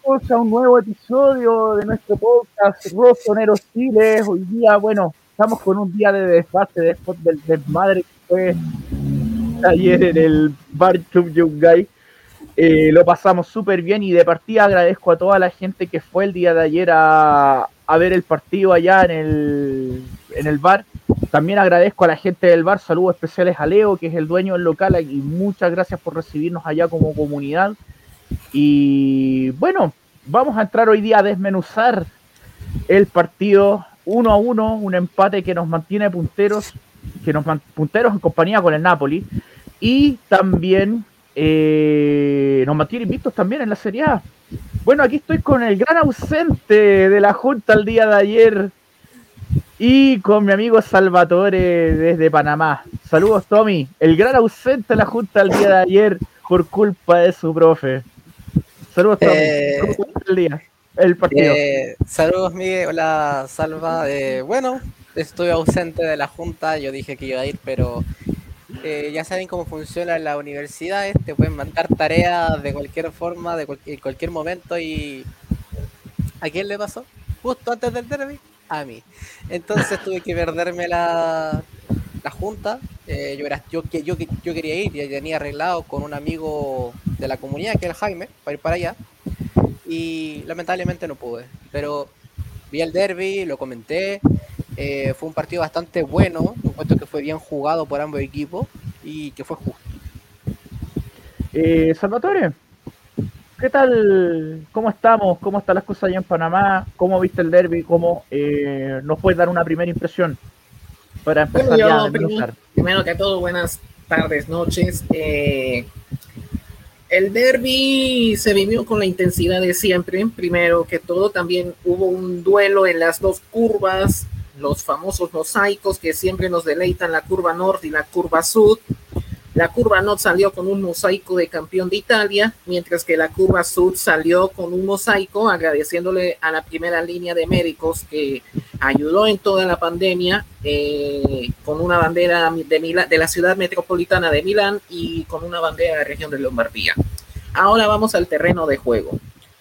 a un nuevo episodio de nuestro podcast Rosoneros Chile. Hoy día, bueno, estamos con un día de desfase después del desmadre que fue ayer en el Bar Club Yungay. Lo pasamos súper bien y de partida agradezco a toda la gente que fue el día de ayer a ver el partido allá en el bar. También agradezco a la gente del bar, saludos especiales a Leo, que es el dueño del local, y muchas gracias por recibirnos allá como comunidad. Y bueno, vamos a entrar hoy día a desmenuzar el partido 1-1, un empate que nos mantiene punteros, punteros en compañía con el Napoli, y también nos mantiene invictos también en la Serie A. Bueno, aquí estoy con el gran ausente de la Junta el día de ayer y con mi amigo Salvatore desde Panamá. Saludos, Tommy, el gran ausente de la Junta el día de ayer por culpa de su profe. Saludos, Tommy. ¿Cómo fue el día? El partido. Saludos, Miguel. Hola, Salva. Bueno, estoy ausente de la junta. Yo dije que iba a ir, pero ya saben cómo funciona la universidad. Te pueden mandar tareas de cualquier forma, en cualquier momento. ¿Y a quién le pasó? Justo antes del derby, a mí. Entonces tuve que perderme la junta. Yo quería ir, ya tenía arreglado con un amigo de la comunidad, que es el Jaime, para ir para allá. Y lamentablemente no pude, pero vi el derby, lo comenté, fue un partido bastante bueno, encuentro que fue bien jugado por ambos equipos y que fue justo. Salvatore, ¿qué tal? ¿Cómo estamos? ¿Cómo están las cosas allá en Panamá? ¿Cómo viste el derby? ¿Cómo nos puedes dar una primera impresión para empezar ya a desmenuzar? Primero que todo, buenas tardes, noches. El derby se vivió con la intensidad de siempre. Primero que todo, también hubo un duelo en las dos curvas, los famosos mosaicos que siempre nos deleitan, la curva norte y la curva sur. La curva norte salió con un mosaico de campeón de Italia, mientras que la curva sur salió con un mosaico agradeciéndole a la primera línea de médicos que ayudó en toda la pandemia, con una bandera de la ciudad metropolitana de Milán y con una bandera de la región de Lombardía. Ahora vamos al terreno de juego.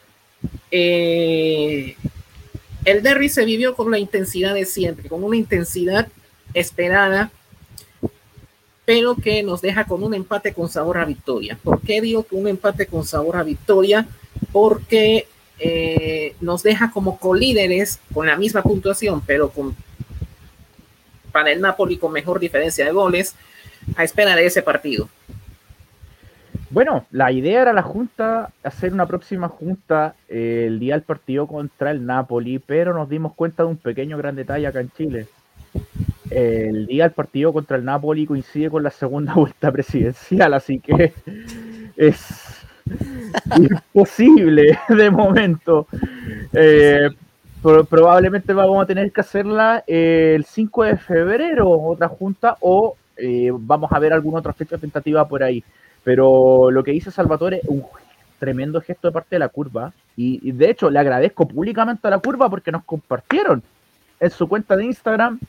El derby se vivió con la intensidad de siempre, con una intensidad esperada, pero que nos deja con un empate con sabor a victoria. ¿Por qué digo que un empate con sabor a victoria? Porque nos deja como colíderes con la misma puntuación, pero para el Napoli con mejor diferencia de goles, a espera de ese partido. Bueno, la idea era la junta, hacer una próxima junta el día del partido contra el Napoli, pero nos dimos cuenta de un pequeño gran detalle acá en Chile. El día del partido contra el Napoli coincide con la segunda vuelta presidencial, así que es imposible de momento. Probablemente vamos a tener que hacerla el 5 de febrero, otra junta, o vamos a ver alguna otra fecha tentativa por ahí. Pero lo que dice Salvatore, un tremendo gesto de parte de la curva, y de hecho le agradezco públicamente a la curva porque nos compartieron en su cuenta de Instagram.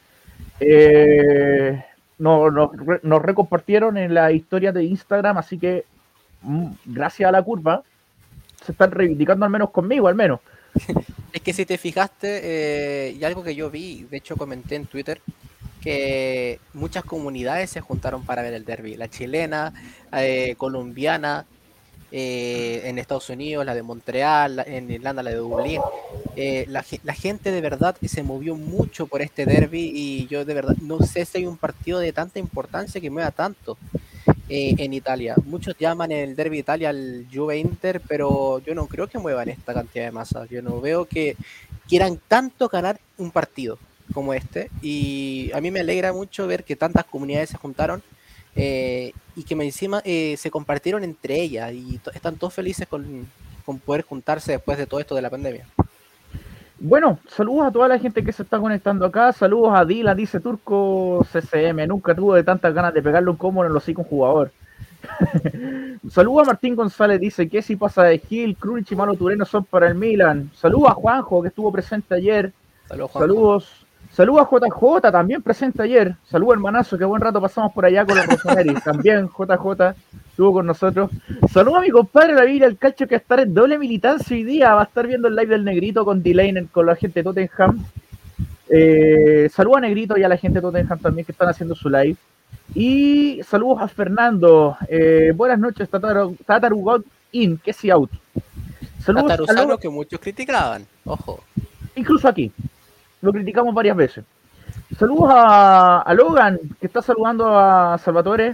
Nos recompartieron en la historia de Instagram, así que gracias a la curva se están reivindicando, al menos conmigo, al menos. Es que si te fijaste, y algo que yo vi, de hecho comenté en Twitter, que muchas comunidades se juntaron para ver el derby, la chilena, colombiana, en Estados Unidos, la de Montreal, en Irlanda, la de Dublín. La gente de verdad se movió mucho por este derby y yo de verdad no sé si hay un partido de tanta importancia que mueva tanto en Italia. Muchos llaman el derby de Italia al Juve Inter, pero yo no creo que muevan esta cantidad de masa. Yo no veo que quieran tanto ganar un partido como este, y a mí me alegra mucho ver que tantas comunidades se juntaron y que encima se compartieron entre ellas y están todos felices con poder juntarse después de todo esto de la pandemia. Bueno, saludos a toda la gente que se está conectando acá, saludos a Dylan, dice Turco CCM, nunca tuve tantas ganas de pegarle un combo en los hocico a un jugador. Saludos a Martín González, dice que si pasa de Gil, Krunic y Malo Tureno son para el Milan. Saludos a Juanjo, que estuvo presente ayer. Saludos a JJ, también presente ayer. Saludos hermanazo, que buen rato pasamos por allá con los Rosoneris. También JJ estuvo con nosotros. Saludos a mi compadre David el Cacho, que va a estar en doble militancia hoy día. Va a estar viendo el live del Negrito con delay con la gente de Tottenham. Saludos a Negrito y a la gente de Tottenham también que están haciendo su live. Y saludos a Fernando. Buenas noches, Tataru God In, que si out. Saludos Tataruzano, que muchos criticaban, ojo. Incluso aquí. Lo criticamos varias veces. Saludos a Logan, que está saludando a Salvatore.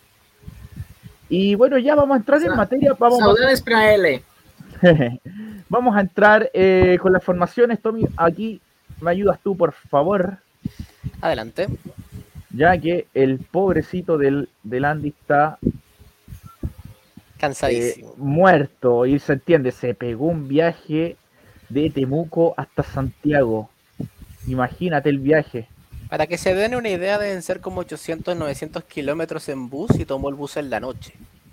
Y bueno, ya vamos a entrar en materia. Saludos para él. Vamos a entrar con las formaciones. Tommy, aquí me ayudas tú, por favor. Adelante. Ya que el pobrecito del Andy está cansadísimo. Muerto. Y se entiende, se pegó un viaje de Temuco hasta Santiago. Imagínate el viaje. Para que se den una idea, deben ser como 800, 900 kilómetros en bus y tomó el bus en la noche.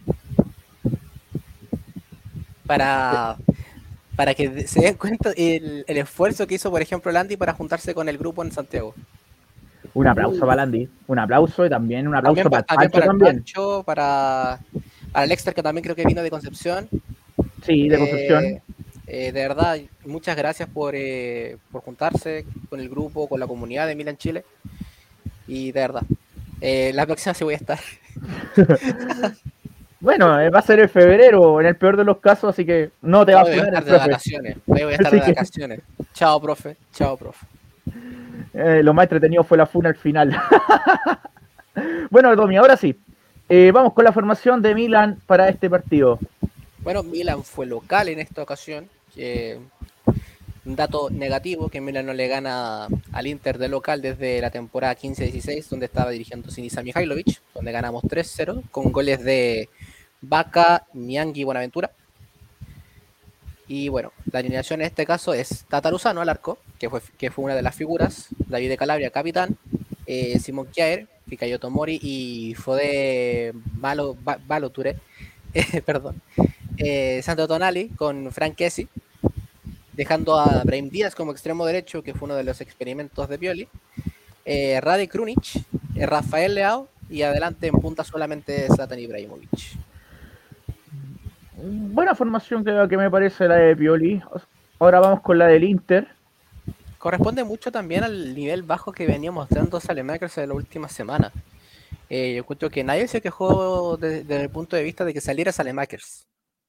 Para que se den cuenta el esfuerzo que hizo, por ejemplo, Landy para juntarse con el grupo en Santiago. Un aplauso para Landy, un aplauso y también un aplauso para Pancho también. Pancho, para el Exter, que también creo que vino de Concepción. Sí, de Concepción. De verdad, muchas gracias por juntarse con el grupo, con la comunidad de Milan Chile. Y de verdad, la próxima sí voy a estar. Bueno, va a ser en febrero, en el peor de los casos, así que no te vas a estar de vacaciones. Voy a estar de vacaciones. Chao, profe. Chao, profe. Lo más entretenido fue la funa al final. Bueno, Domi, ahora sí. Vamos con la formación de Milan para este partido. Bueno, Milan fue local en esta ocasión. Un dato negativo, que Milan no le gana al Inter de local desde la temporada 15-16, donde estaba dirigiendo Sinisa Mihajlovic, donde ganamos 3-0, con goles de Vaca, Niangui y Buenaventura. Y bueno, la alineación en este caso es Tataruzano al arco, que fue una de las figuras, David de Calabria, capitán, Simon Kjaer, Fikayo Tomori y Fode Baloture, perdón, Santo Tonali con Frank Kessie, dejando a Brahim Díaz como extremo derecho, que fue uno de los experimentos de Pioli, Rade Krunic, Rafael Leao, y adelante en punta solamente Zlatan Ibrahimovic. Buena formación que me parece la de Pioli. Ahora vamos con la del Inter. Corresponde mucho también al nivel bajo que venía mostrando Saelemaekers en la última semana. Yo encuentro que nadie se quejó desde el punto de vista de que saliera Saelemaekers.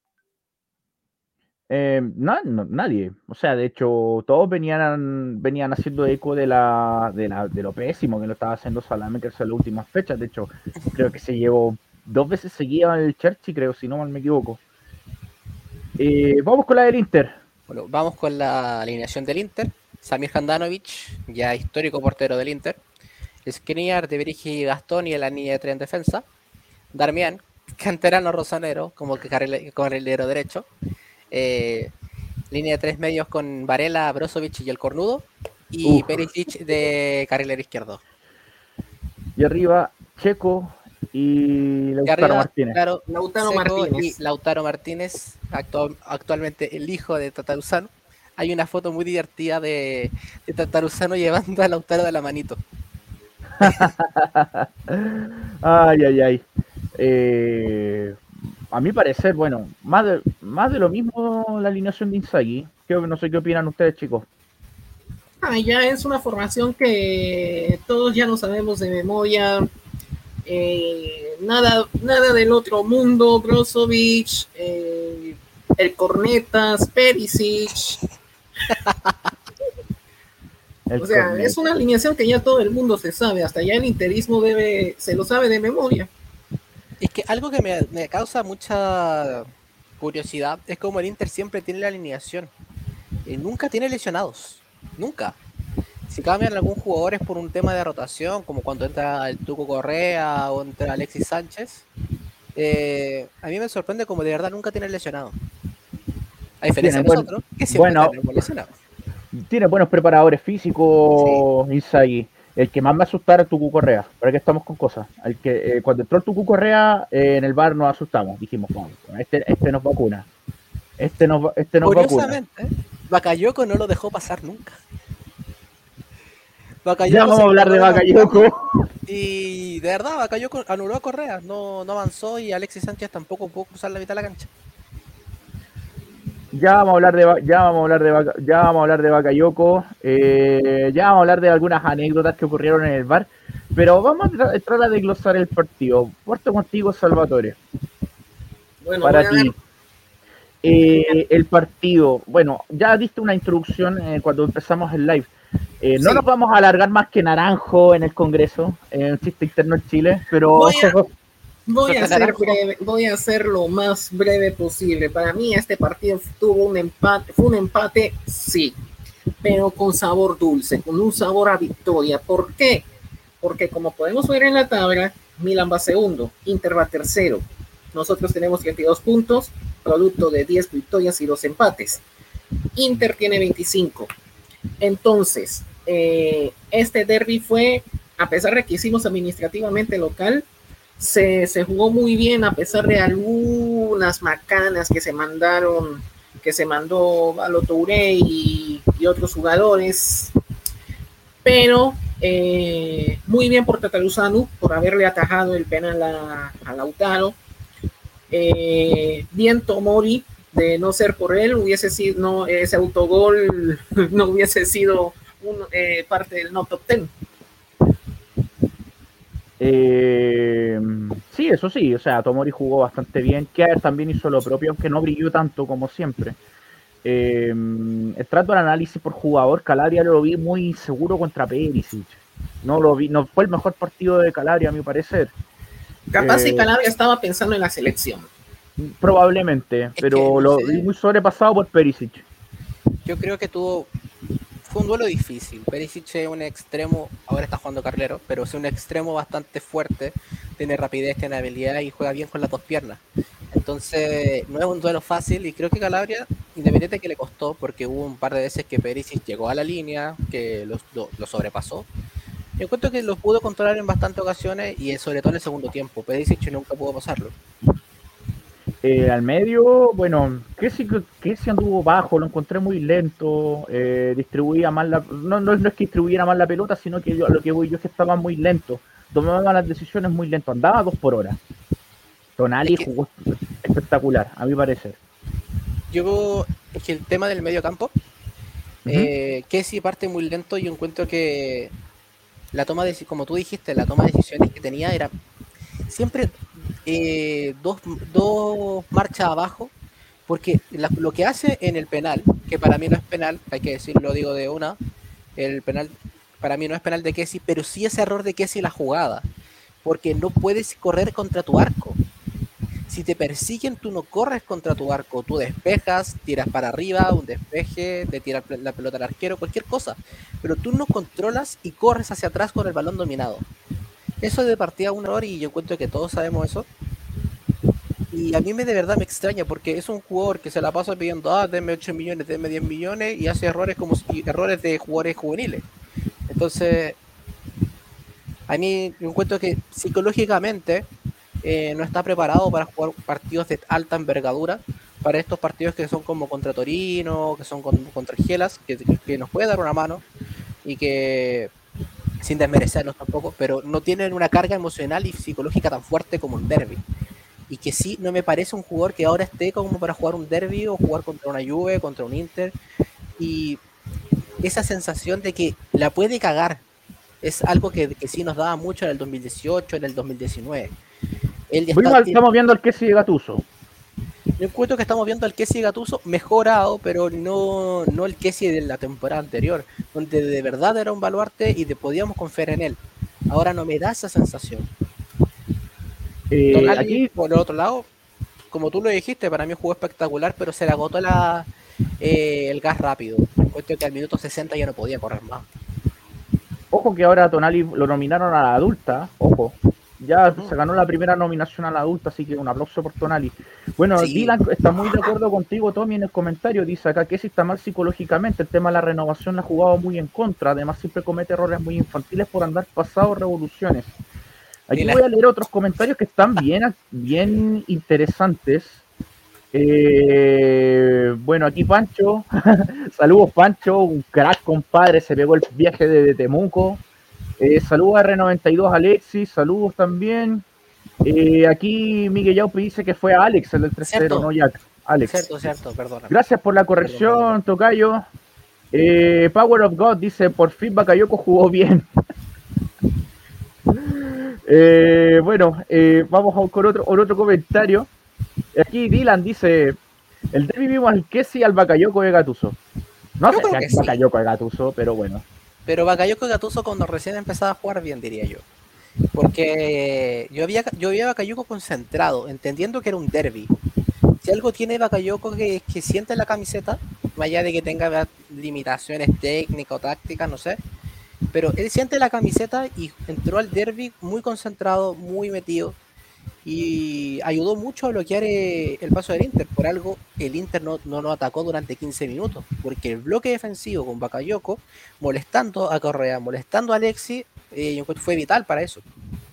Nadie. O sea, de hecho, todos venían haciendo eco de lo pésimo que lo estaba haciendo Saelemaekers en las últimas fechas. De hecho, creo que se llevó 2 veces seguidas el Chelsea, creo, si no mal me equivoco. Vamos con la del Inter. Bueno, vamos con la alineación del Inter. Samir Handanovic, ya histórico portero del Inter. Skriniar, De Vrij y Gastón y en la línea de 3 en defensa. Darmian, canterano rosonero, como que carrilero derecho. Línea de 3 medios con Varela, Brozovic y el Cornudo. Y Perisic de carrilero izquierdo. Y arriba, Checo y Lautaro Martínez. Claro, Lautaro Martínez, actualmente el hijo de Tataruzano. Hay una foto muy divertida de Tataruzano llevando a Lautaro de la manito. Ay. A mi parecer, bueno, más de lo mismo la alineación de Inzaghi. No sé qué opinan ustedes, chicos. Ya es una formación que todos ya lo sabemos de memoria. Nada del otro mundo. Brozovic, el Cornetas, Perisic. Es una alineación que ya todo el mundo se sabe, hasta ya el interismo se lo sabe de memoria. Es que algo que me causa mucha curiosidad es como el Inter siempre tiene la alineación. Nunca tiene lesionados, nunca. Si cambian algún jugador es por un tema de rotación, como cuando entra el Tuco Correa o entra Alexis Sánchez. A mí me sorprende como de verdad nunca tiene lesionado. A diferencia de nosotros, que siempre tenemos lesionados. Tiene buenos preparadores físicos, sí. Inzaghi. El que más me asustara es Tucu Correa. ¿Para qué estamos con cosas? Cuando entró el Tucu Correa, en el bar nos asustamos. Dijimos, este nos vacuna. Este nos Curiosamente, vacuna. Bakayoko no lo dejó pasar nunca. Ya vamos a hablar de Bakayoko. Y de verdad, Bakayoko anuló a Correa, no avanzó y Alexis Sánchez tampoco pudo cruzar la mitad de la cancha. Ya vamos a hablar de Bakayoko, ya vamos a hablar de algunas anécdotas que ocurrieron en el bar, pero vamos a tratar de desglosar el partido. Parto contigo, Salvatore. Bueno, Para ti, el partido, bueno, ya diste una introducción cuando empezamos el live. No Sí. nos vamos a alargar más que Naranjo en el Congreso, un chiste interno en Chile, pero Voy a ser lo más breve posible. Para mí este partido tuvo un empate, fue un empate, sí, pero con sabor dulce, con un sabor a victoria. ¿Por qué? Porque como podemos ver en la tabla, Milan va segundo, Inter va tercero. Nosotros tenemos 32 puntos, producto de 10 victorias y 2 empates. Inter tiene 25. Entonces, este derby fue, a pesar de que hicimos administrativamente local, se jugó muy bien a pesar de algunas macanas que se mandó Valo Touré y otros jugadores, pero muy bien por Tataruzanu por haberle atajado el penal a Lautaro. Bien Tomori, de no ser por él, hubiese sido, no, ese autogol no hubiese sido parte del no top 10. Sí, eso sí, o sea, Tomori jugó bastante bien, Kjaer también hizo lo propio, aunque no brilló tanto como siempre. El trato del análisis por jugador, Calabria lo vi muy inseguro contra Perisic. No fue el mejor partido de Calabria, a mi parecer. Capaz si Calabria estaba pensando en la selección. Probablemente, pero lo vi muy sobrepasado por Perisic. Yo creo que fue un duelo difícil. Perisic es un extremo, ahora está jugando carrilero, pero es un extremo bastante fuerte, tiene rapidez, tiene habilidad y juega bien con las dos piernas. Entonces no es un duelo fácil y creo que Calabria, independiente de que le costó, porque hubo un par de veces que Perisic llegó a la línea, que lo sobrepasó. Yo encuentro que lo pudo controlar en bastantes ocasiones y sobre todo en el segundo tiempo. Perisic nunca pudo pasarlo. Al medio, bueno, que sí anduvo bajo, lo encontré muy lento, distribuía mal no es que distribuyera mal la pelota, sino que lo que voy yo es que estaba muy lento, tomaba las decisiones muy lento, andaba 2 por hora. Tonali jugó espectacular, a mi parecer. Es que el tema del medio campo, que sí parte muy lento, yo encuentro que como tú dijiste, la toma de decisiones que tenía era siempre dos marchas abajo, porque lo que hace en el penal, que para mí no es penal, hay que decirlo, digo de una, el penal para mí no es penal de Kessie, pero sí es error de Kessie la jugada, porque no puedes correr contra tu arco. Si te persiguen, tú no corres contra tu arco, tú despejas, tiras para arriba, un despeje, le tiras la pelota al arquero, cualquier cosa, pero tú no controlas y corres hacia atrás con el balón dominado. Eso de partida un error y yo encuentro que todos sabemos eso. Y a mí de verdad me extraña porque es un jugador que se la pasa pidiendo, denme 8 millones, denme 10 millones y hace errores errores de jugadores juveniles. Entonces, a mí yo encuentro que psicológicamente no está preparado para jugar partidos de alta envergadura, para estos partidos que son como contra Torino, que son contra Gelas, que nos puede dar una mano y que sin desmerecerlos tampoco, pero no tienen una carga emocional y psicológica tan fuerte como un derby. Y que sí, no me parece un jugador que ahora esté como para jugar un derby o jugar contra una Juve, contra un Inter. Y esa sensación de que la puede cagar es algo que sí nos daba mucho en el 2018, en el 2019. Estamos viendo al Kessie de Gattuso. Yo encuentro que estamos viendo al Kessie Gattuso mejorado, pero no el Kessie de la temporada anterior, donde de verdad era un baluarte y podíamos confiar en él. Ahora no me da esa sensación. Tonali, aquí, por el otro lado, como tú lo dijiste, para mí jugó espectacular, pero se le agotó el gas rápido. Encuentro que al minuto 60 ya no podía correr más. Ojo que ahora a Tonali lo nominaron a la adulta, ojo. Ya se ganó la primera nominación a la adulta, así que un aplauso por Tonali. Bueno, sí. Dylan está muy de acuerdo contigo, Tommy, en el comentario. Dice acá que sí está mal psicológicamente. El tema de la renovación la ha jugado muy en contra. Además, siempre comete errores muy infantiles por andar pasado revoluciones. Aquí voy a leer otros comentarios que están bien interesantes. Bueno, aquí Pancho, saludos Pancho, un crack compadre, se pegó el viaje de Temuco. Saludos a R92 Alexis, saludos también. Aquí Miguel Yaupi dice que fue Alex el del 3-0, no Jack. Alex. Cierto, perdóname. Gracias por la corrección, Tocayo. Power of God dice, por fin Bakayoko jugó bien. Bueno, vamos con otro comentario. Aquí Dylan dice, el derbi vimos al Kessi y al Bakayoko de Gattuso. No sé si es Bakayoko de Gattuso, pero bueno. Pero Bakayoko y Gattuso cuando recién empezaba a jugar bien, diría yo. Porque yo vi a Bakayoko concentrado, entendiendo que era un derbi. Si algo tiene Bakayoko que siente la camiseta, más allá de que tenga limitaciones técnicas o tácticas, no sé, pero él siente la camiseta y entró al derbi muy concentrado, muy metido, y ayudó mucho a bloquear el paso del Inter. Por algo el Inter no nos atacó durante 15 minutos, porque el bloque defensivo con Bakayoko, molestando a Correa, molestando a Alexis, fue vital para eso.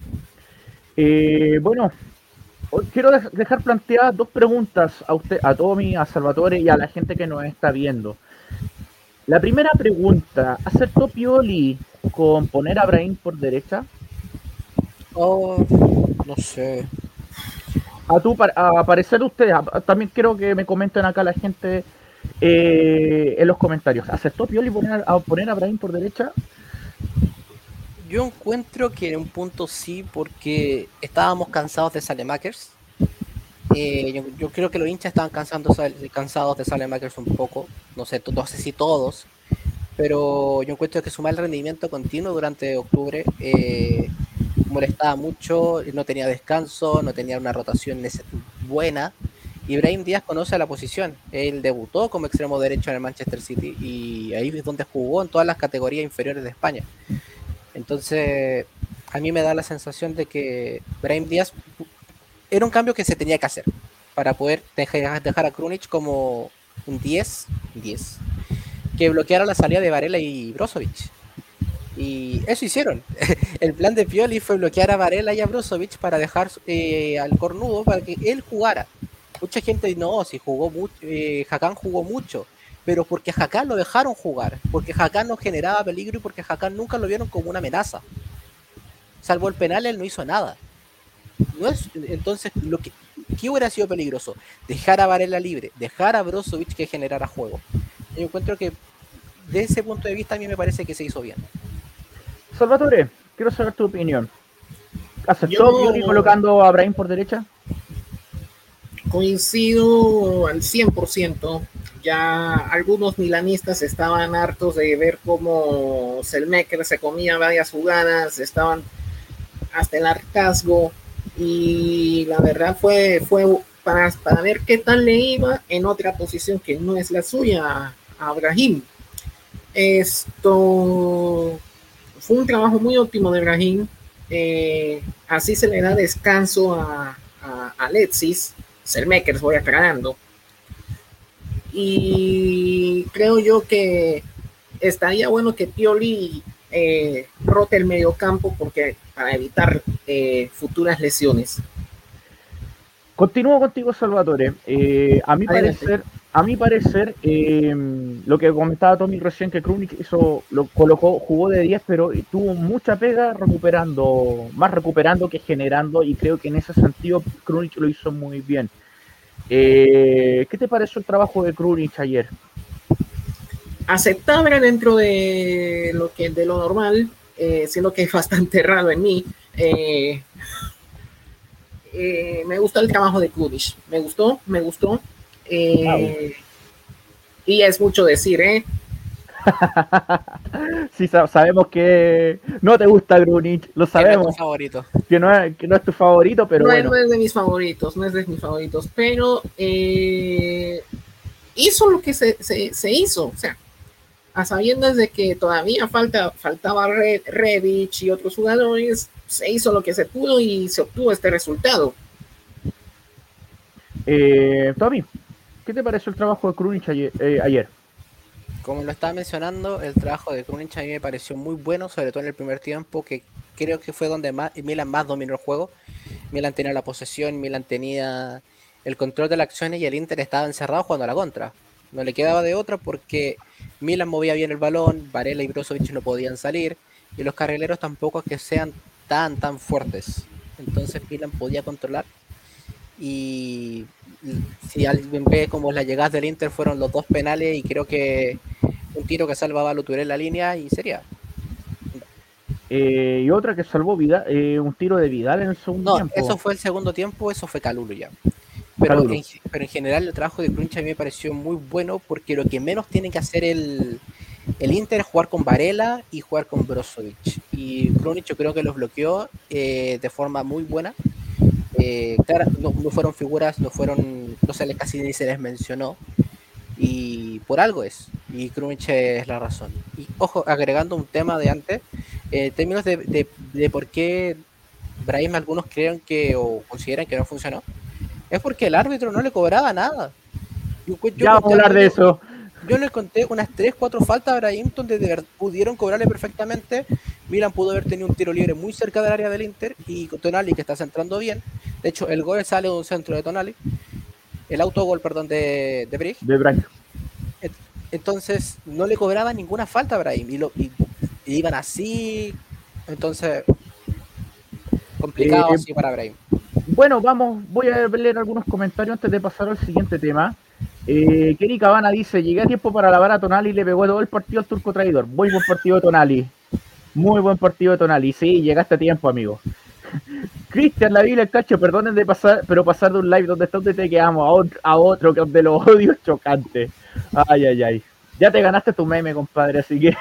Bueno, quiero dejar planteadas dos preguntas a usted, a Tommy, a Salvatore y a la gente que nos está viendo. La primera pregunta, ¿acertó Pioli con poner a Brahim por derecha? Oh, no sé. A parecer ustedes, también quiero que me comenten acá la gente en los comentarios. ¿Acertó Pioli poner a Brahim por derecha? Yo encuentro que en un punto sí, porque estábamos cansados de Salemakers. Yo creo que los hinchas estaban cansados de Salemakers un poco, no sé si todos, pero yo encuentro que su mal rendimiento continuo durante octubre molestaba mucho, no tenía descanso, no tenía una rotación buena, y Brahim Díaz conoce la posición. Él debutó como extremo derecho en el Manchester City y ahí es donde jugó en todas las categorías inferiores de España. Entonces a mí me da la sensación de que Brahim Díaz era un cambio que se tenía que hacer para poder dejar a Krunic como un 10 que bloqueara la salida de Varela y Brozovic. Y eso hicieron. El plan de Pioli fue bloquear a Varela y a Brozovic para dejar al cornudo para que él jugara. Mucha gente dice, no, si jugó mucho, Hakan jugó mucho, pero porque Hakan lo dejaron jugar, porque Hakan no generaba peligro y porque Hakan nunca lo vieron como una amenaza. Salvo el penal, él no hizo nada. Entonces, ¿qué hubiera sido peligroso? Dejar a Varela libre, dejar a Brozovic que generara juego. Yo encuentro que de ese punto de vista a mí me parece que se hizo bien. Salvatore, quiero saber tu opinión. ¿Aceptó Pioli colocando a Brahim por derecha? Coincido al 100%. Ya algunos milanistas estaban hartos de ver cómo Selmaker se comía varias jugadas, estaban hasta el hartazgo, y la verdad fue para ver qué tal le iba en otra posición que no es la suya a Brahim. Esto fue un trabajo muy óptimo de Brahim. Así se le da descanso a Alexis. Selmakers voy aclarando. Y creo yo que estaría bueno que Pioli rote el mediocampo porque para evitar futuras lesiones. Continúo contigo, Salvatore. A mi parecer, lo que comentaba Tommy recién, que Krunic jugó de 10, pero tuvo mucha pega más recuperando que generando, y creo que en ese sentido Krunic lo hizo muy bien. ¿Qué te pareció el trabajo de Krunic ayer? Aceptable dentro de lo normal, siendo que es bastante raro en mí. Me gustó el trabajo de Krunic, me gustó. Y es mucho decir, Sí, sabemos que no te gusta Krunic, lo sabemos. Que no es tu favorito. Que no es tu favorito, pero bueno. No es de mis favoritos, pero hizo lo que se hizo, o sea, a sabiendas de que todavía faltaba Rebic y otros jugadores, se hizo lo que se pudo y se obtuvo este resultado. Tommy, ¿qué te pareció el trabajo de Krunic ayer? Como lo estaba mencionando, el trabajo de Krunic a mí me pareció muy bueno, sobre todo en el primer tiempo, que creo que fue donde Milan más dominó el juego. Milan tenía la posesión, Milan tenía el control de las acciones y el Inter estaba encerrado jugando a la contra. No le quedaba de otra porque Milan movía bien el balón, Varela y Brozovic no podían salir, y los carrileros tampoco es que sean tan fuertes. Entonces Milan podía controlar. Y si alguien ve como las llegadas del Inter fueron los 2 penales y creo que un tiro que salvaba a Luturé en la línea y sería. Y otra que salvó Vidal, un tiro de Vidal en el segundo No, tiempo. eso fue el segundo tiempo, eso fue Calulu ya. Pero Calulu. en general el trabajo de Krunic a mí me pareció muy bueno porque lo que menos tiene que hacer el Inter es jugar con Varela y jugar con Brozovic. Y Krunic yo creo que los bloqueó de forma muy buena. Claro, no fueron figuras, no se les casi ni se les mencionó. Y por algo es. Y Krunic es la razón. Y ojo, agregando un tema de antes, en términos de por qué Brahim algunos creen que o consideran que no funcionó, es porque el árbitro no le cobraba nada. Ya vamos a hablar de eso. Yo le conté unas 3-4 faltas a Brahim donde pudieron cobrarle perfectamente. Milan pudo haber tenido un tiro libre muy cerca del área del Inter y Tonali que está centrando bien. De hecho, el gol sale de un centro de Tonali. El autogol, perdón, de Brig. De Brahim. Entonces, no le cobraba ninguna falta a Brahim. Y iban así. Entonces, complicado así para Brahim. Bueno, voy a leer algunos comentarios antes de pasar al siguiente tema. Kenny Cabana dice, llegué a tiempo para lavar a Tonali y le pegó todo el partido al turco traidor. Muy buen partido de Tonali. Muy buen partido de Tonali. Sí, llegaste a tiempo, amigo. Cristian, la Biblia, el cacho, perdonen de pasar, pero pasar de un live donde está un DT que amo a otro que de los odios chocantes. Ay. Ya te ganaste tu meme, compadre, así que...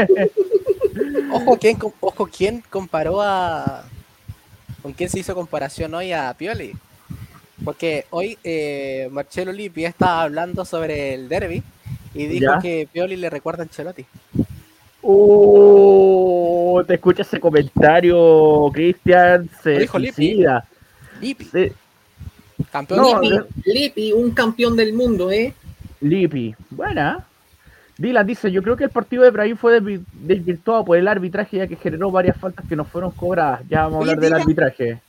Ojo, ¿quién comparó a... ¿Con quién se hizo comparación hoy a Pioli? Porque hoy Marcelo Lippi estaba hablando sobre el derby y dijo que Pioli le recuerda a Ancelotti. Te escucha ese comentario, Cristian. Se dijo suicida. Lippi. Sí. Campeón Lippi, un campeón del mundo, Lippi, buena. Dylan dice, yo creo que el partido de Brahim fue desvirtuado por el arbitraje ya que generó varias faltas que no fueron cobradas. Ya vamos a hablar del arbitraje.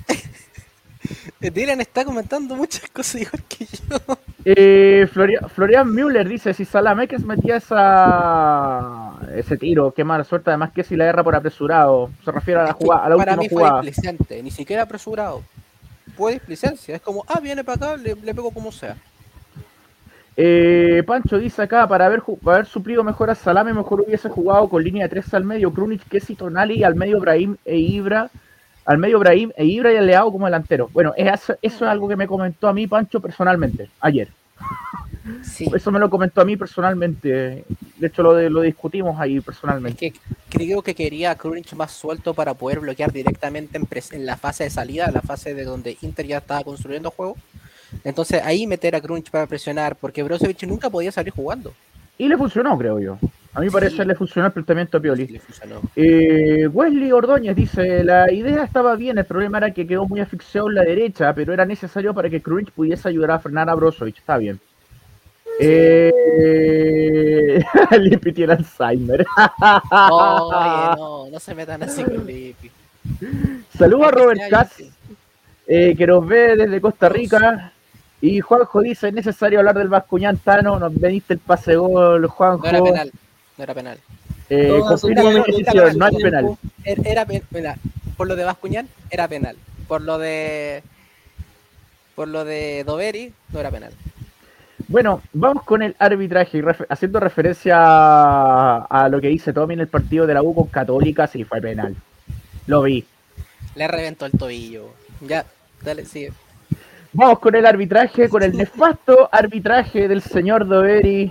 Dylan está comentando muchas cosas igual que yo. Florian Müller dice, si Salamekes metía ese tiro, qué mala suerte, además que si la erra por apresurado. Se refiere a la jugada, a la última jugada. Para mí fue displicente, ni siquiera apresurado. Fue displicencia, es como, viene para acá, le pego como sea. Pancho dice acá, para haber suplido mejor a Salame, mejor hubiese jugado con línea de 3 al medio, Krunic, Kessi, Tonali, al medio Brahim e Ibra, y al Leao como delantero. Bueno, eso es algo que me comentó a mí Pancho personalmente, ayer. Sí. Eso me lo comentó a mí personalmente. De hecho, lo discutimos ahí personalmente. Es que creo que quería a Krunic más suelto para poder bloquear directamente en la fase de salida, la fase de donde Inter ya estaba construyendo juego. Entonces ahí meter a Krunic para presionar, porque Brozovic nunca podía salir jugando. Y le funcionó, creo yo. A mí parece le funcionó el planteamiento a Pioli. Le funcionó. Wesley Ordóñez dice, la idea estaba bien, el problema era que quedó muy asfixiado en la derecha, pero era necesario para que Krunic pudiese ayudar a frenar a Brozovic. Está bien. Lippi tiene Alzheimer. No se metan así con Lippi. Saludos a Robert Katz, que nos ve desde Costa Rica. Y Juanjo dice, es necesario hablar del Bascuñán Tano, nos veniste el pase gol, Juanjo. No era penal. Confirmo mi decisión, no es penal. Mira, por lo de Bascuñán era penal. Por lo de Doveri no era penal. Bueno, vamos con el arbitraje, haciendo referencia a lo que dice Tommy en el partido de la U con Católica, sí fue penal. Lo vi. Le reventó el tobillo. Ya, dale, sigue. Vamos con el arbitraje, con el nefasto arbitraje del señor Doveri.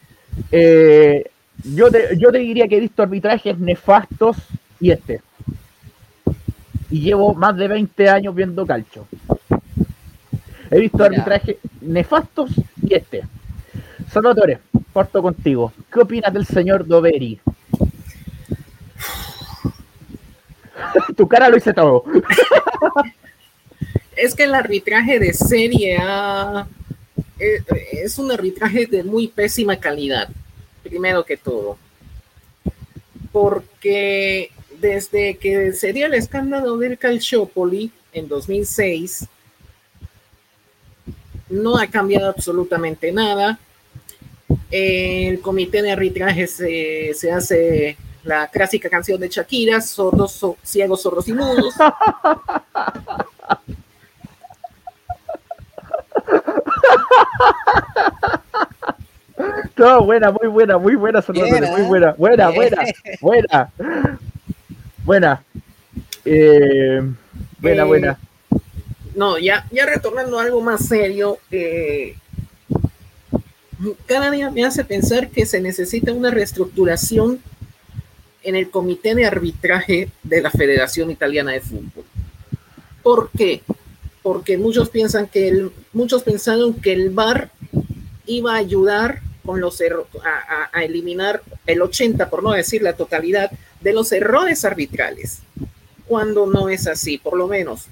Yo te diría que he visto arbitrajes nefastos y este. Y llevo más de 20 años viendo calcio. He visto arbitrajes nefastos y este. Salvatore, parto contigo. ¿Qué opinas del señor Doveri? Tu cara lo hice todo. Es que el arbitraje de Serie A es un arbitraje de muy pésima calidad, primero que todo. Porque desde que se dio el escándalo del Calciopoli en 2006, no ha cambiado absolutamente nada. El comité de arbitraje se hace la clásica canción de Shakira, sordos, ciegos, sordos y mudos. No, buena, muy buena, muy buena, Salvatore, muy buena, buena, buena, buena, buena, buena, buena. No, ya retornando a algo más serio, cada día me hace pensar que se necesita una reestructuración en el comité de arbitraje de la Federación Italiana de Fútbol. ¿Por qué? Porque muchos pensaron que el VAR iba a ayudar con a eliminar el 80, por no decir la totalidad, de los errores arbitrales, cuando no es así, por lo menos.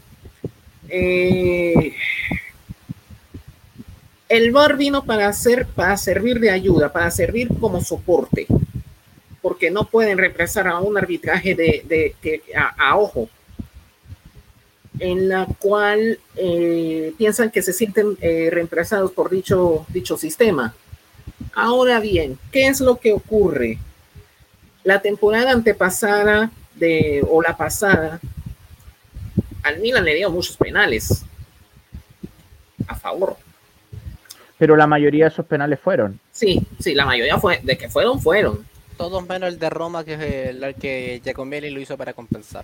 El VAR vino para servir de ayuda, para servir como soporte, porque no pueden reemplazar a un arbitraje a ojo, en la cual piensan que se sienten reemplazados por dicho sistema. Ahora bien, ¿qué es lo que ocurre? La temporada antepasada o la pasada, al Milan le dio muchos penales a favor. Pero la mayoría de esos penales fueron. Sí, la mayoría fueron. Todos menos el de Roma, que es el que Giacomelli lo hizo para compensar.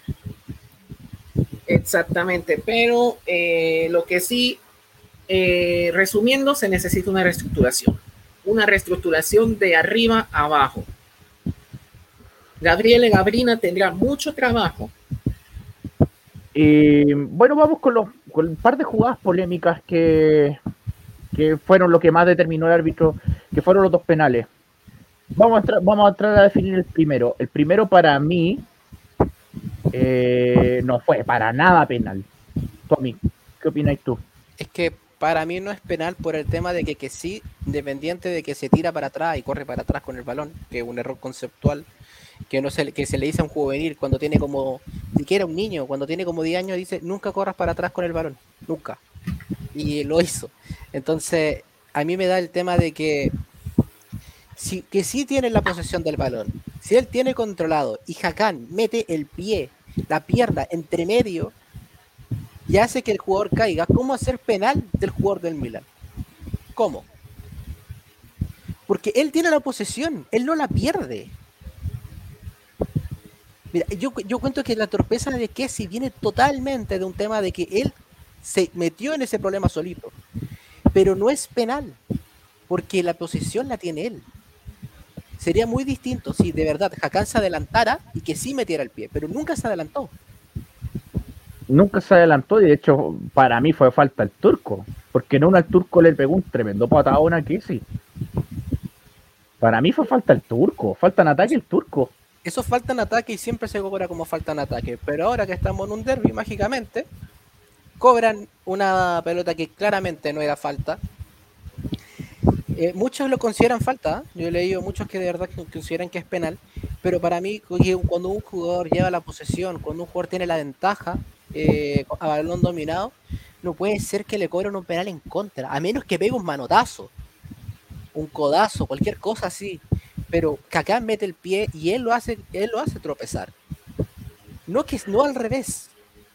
Exactamente, pero lo que sí, resumiendo, se necesita una reestructuración de arriba a abajo. Gabriele Gabrina tendrá mucho trabajo. Bueno, vamos con un par de jugadas polémicas que fueron lo que más determinó el árbitro, que fueron los dos penales. Vamos a entrar a definir el primero. El primero para mí no fue para nada penal. Tommy, ¿qué opinas tú? Es que para mí no es penal por el tema de que sí, independiente de que se tira para atrás y corre para atrás con el balón, que es un error conceptual, que se le dice a un juvenil cuando tiene como, siquiera un niño, cuando tiene como 10 años, dice, nunca corras para atrás con el balón, nunca. Y lo hizo. Entonces, a mí me da el tema de que sí tiene la posesión del balón. Si él tiene controlado y Hakan mete el pie, la pierna entre medio y hace que el jugador caiga, ¿cómo hacer penal del jugador del Milan? ¿Cómo? Porque él tiene la posesión, él no la pierde. Mira, yo cuento que la torpeza de Kessie viene totalmente de un tema de que él se metió en ese problema solito. Pero no es penal, porque la posesión la tiene él. Sería muy distinto si de verdad Hakan se adelantara y que sí metiera el pie, pero nunca se adelantó. Nunca se adelantó, y de hecho para mí fue falta el turco, porque no al turco le pegó un tremendo patadón a Kessie. Para mí fue falta el turco, falta en ataque el turco. Eso falta en ataque y siempre se cobra como falta en ataque, pero ahora que estamos en un derbi, mágicamente cobran una pelota que claramente no era falta. Muchos lo consideran falta, yo he leído muchos que de verdad consideran que es penal, pero para mí cuando un jugador lleva la posesión, cuando un jugador tiene la ventaja a balón dominado, no puede ser que le cobren un penal en contra, a menos que pegue un manotazo, un codazo, cualquier cosa así, pero Kaká mete el pie y él lo hace tropezar, no al revés.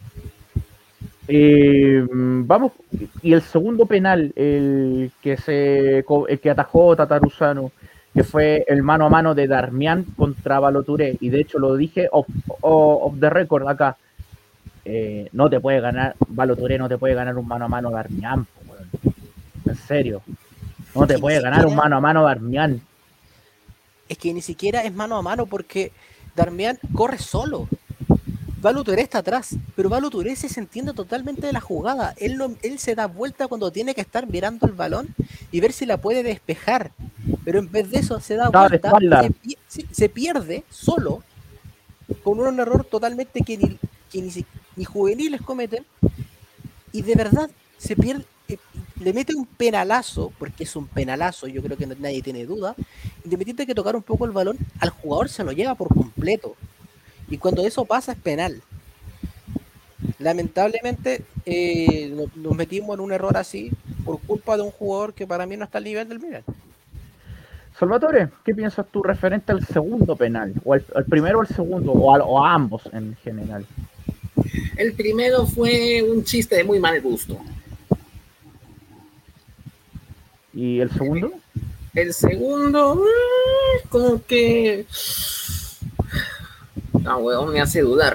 Vamos, y el segundo penal, el que atajó Tataruzano, que fue el mano a mano de Darmian contra Ballo-Touré, y de hecho lo dije off the record acá, no te puede ganar, Ballo-Touré no te puede ganar un mano a mano Darmian, en serio, no te puede ganar un mano a mano Darmian. Es que ni siquiera es mano a mano porque Darmian corre solo. Ballo-Touré está atrás, pero Ballo-Touré se entiende totalmente de la jugada. Él se da vuelta cuando tiene que estar mirando el balón y ver si la puede despejar. Pero en vez de eso se da vuelta, se pierde solo, con un error totalmente que ni juveniles cometen. Y de verdad se pierde, le mete un penalazo, porque es un penalazo, yo creo que nadie tiene duda. Independiente de que tocar un poco el balón, al jugador se lo lleva por completo. Y cuando eso pasa es penal. Lamentablemente nos metimos en un error así por culpa de un jugador que para mí no está al nivel del Milan. Salvatore, ¿qué piensas tú referente al segundo penal? ¿O al primero o al segundo? ¿O a ambos en general? El primero fue un chiste de muy mal gusto. ¿Y el segundo? El segundo, como que... No, weón, me hace dudar.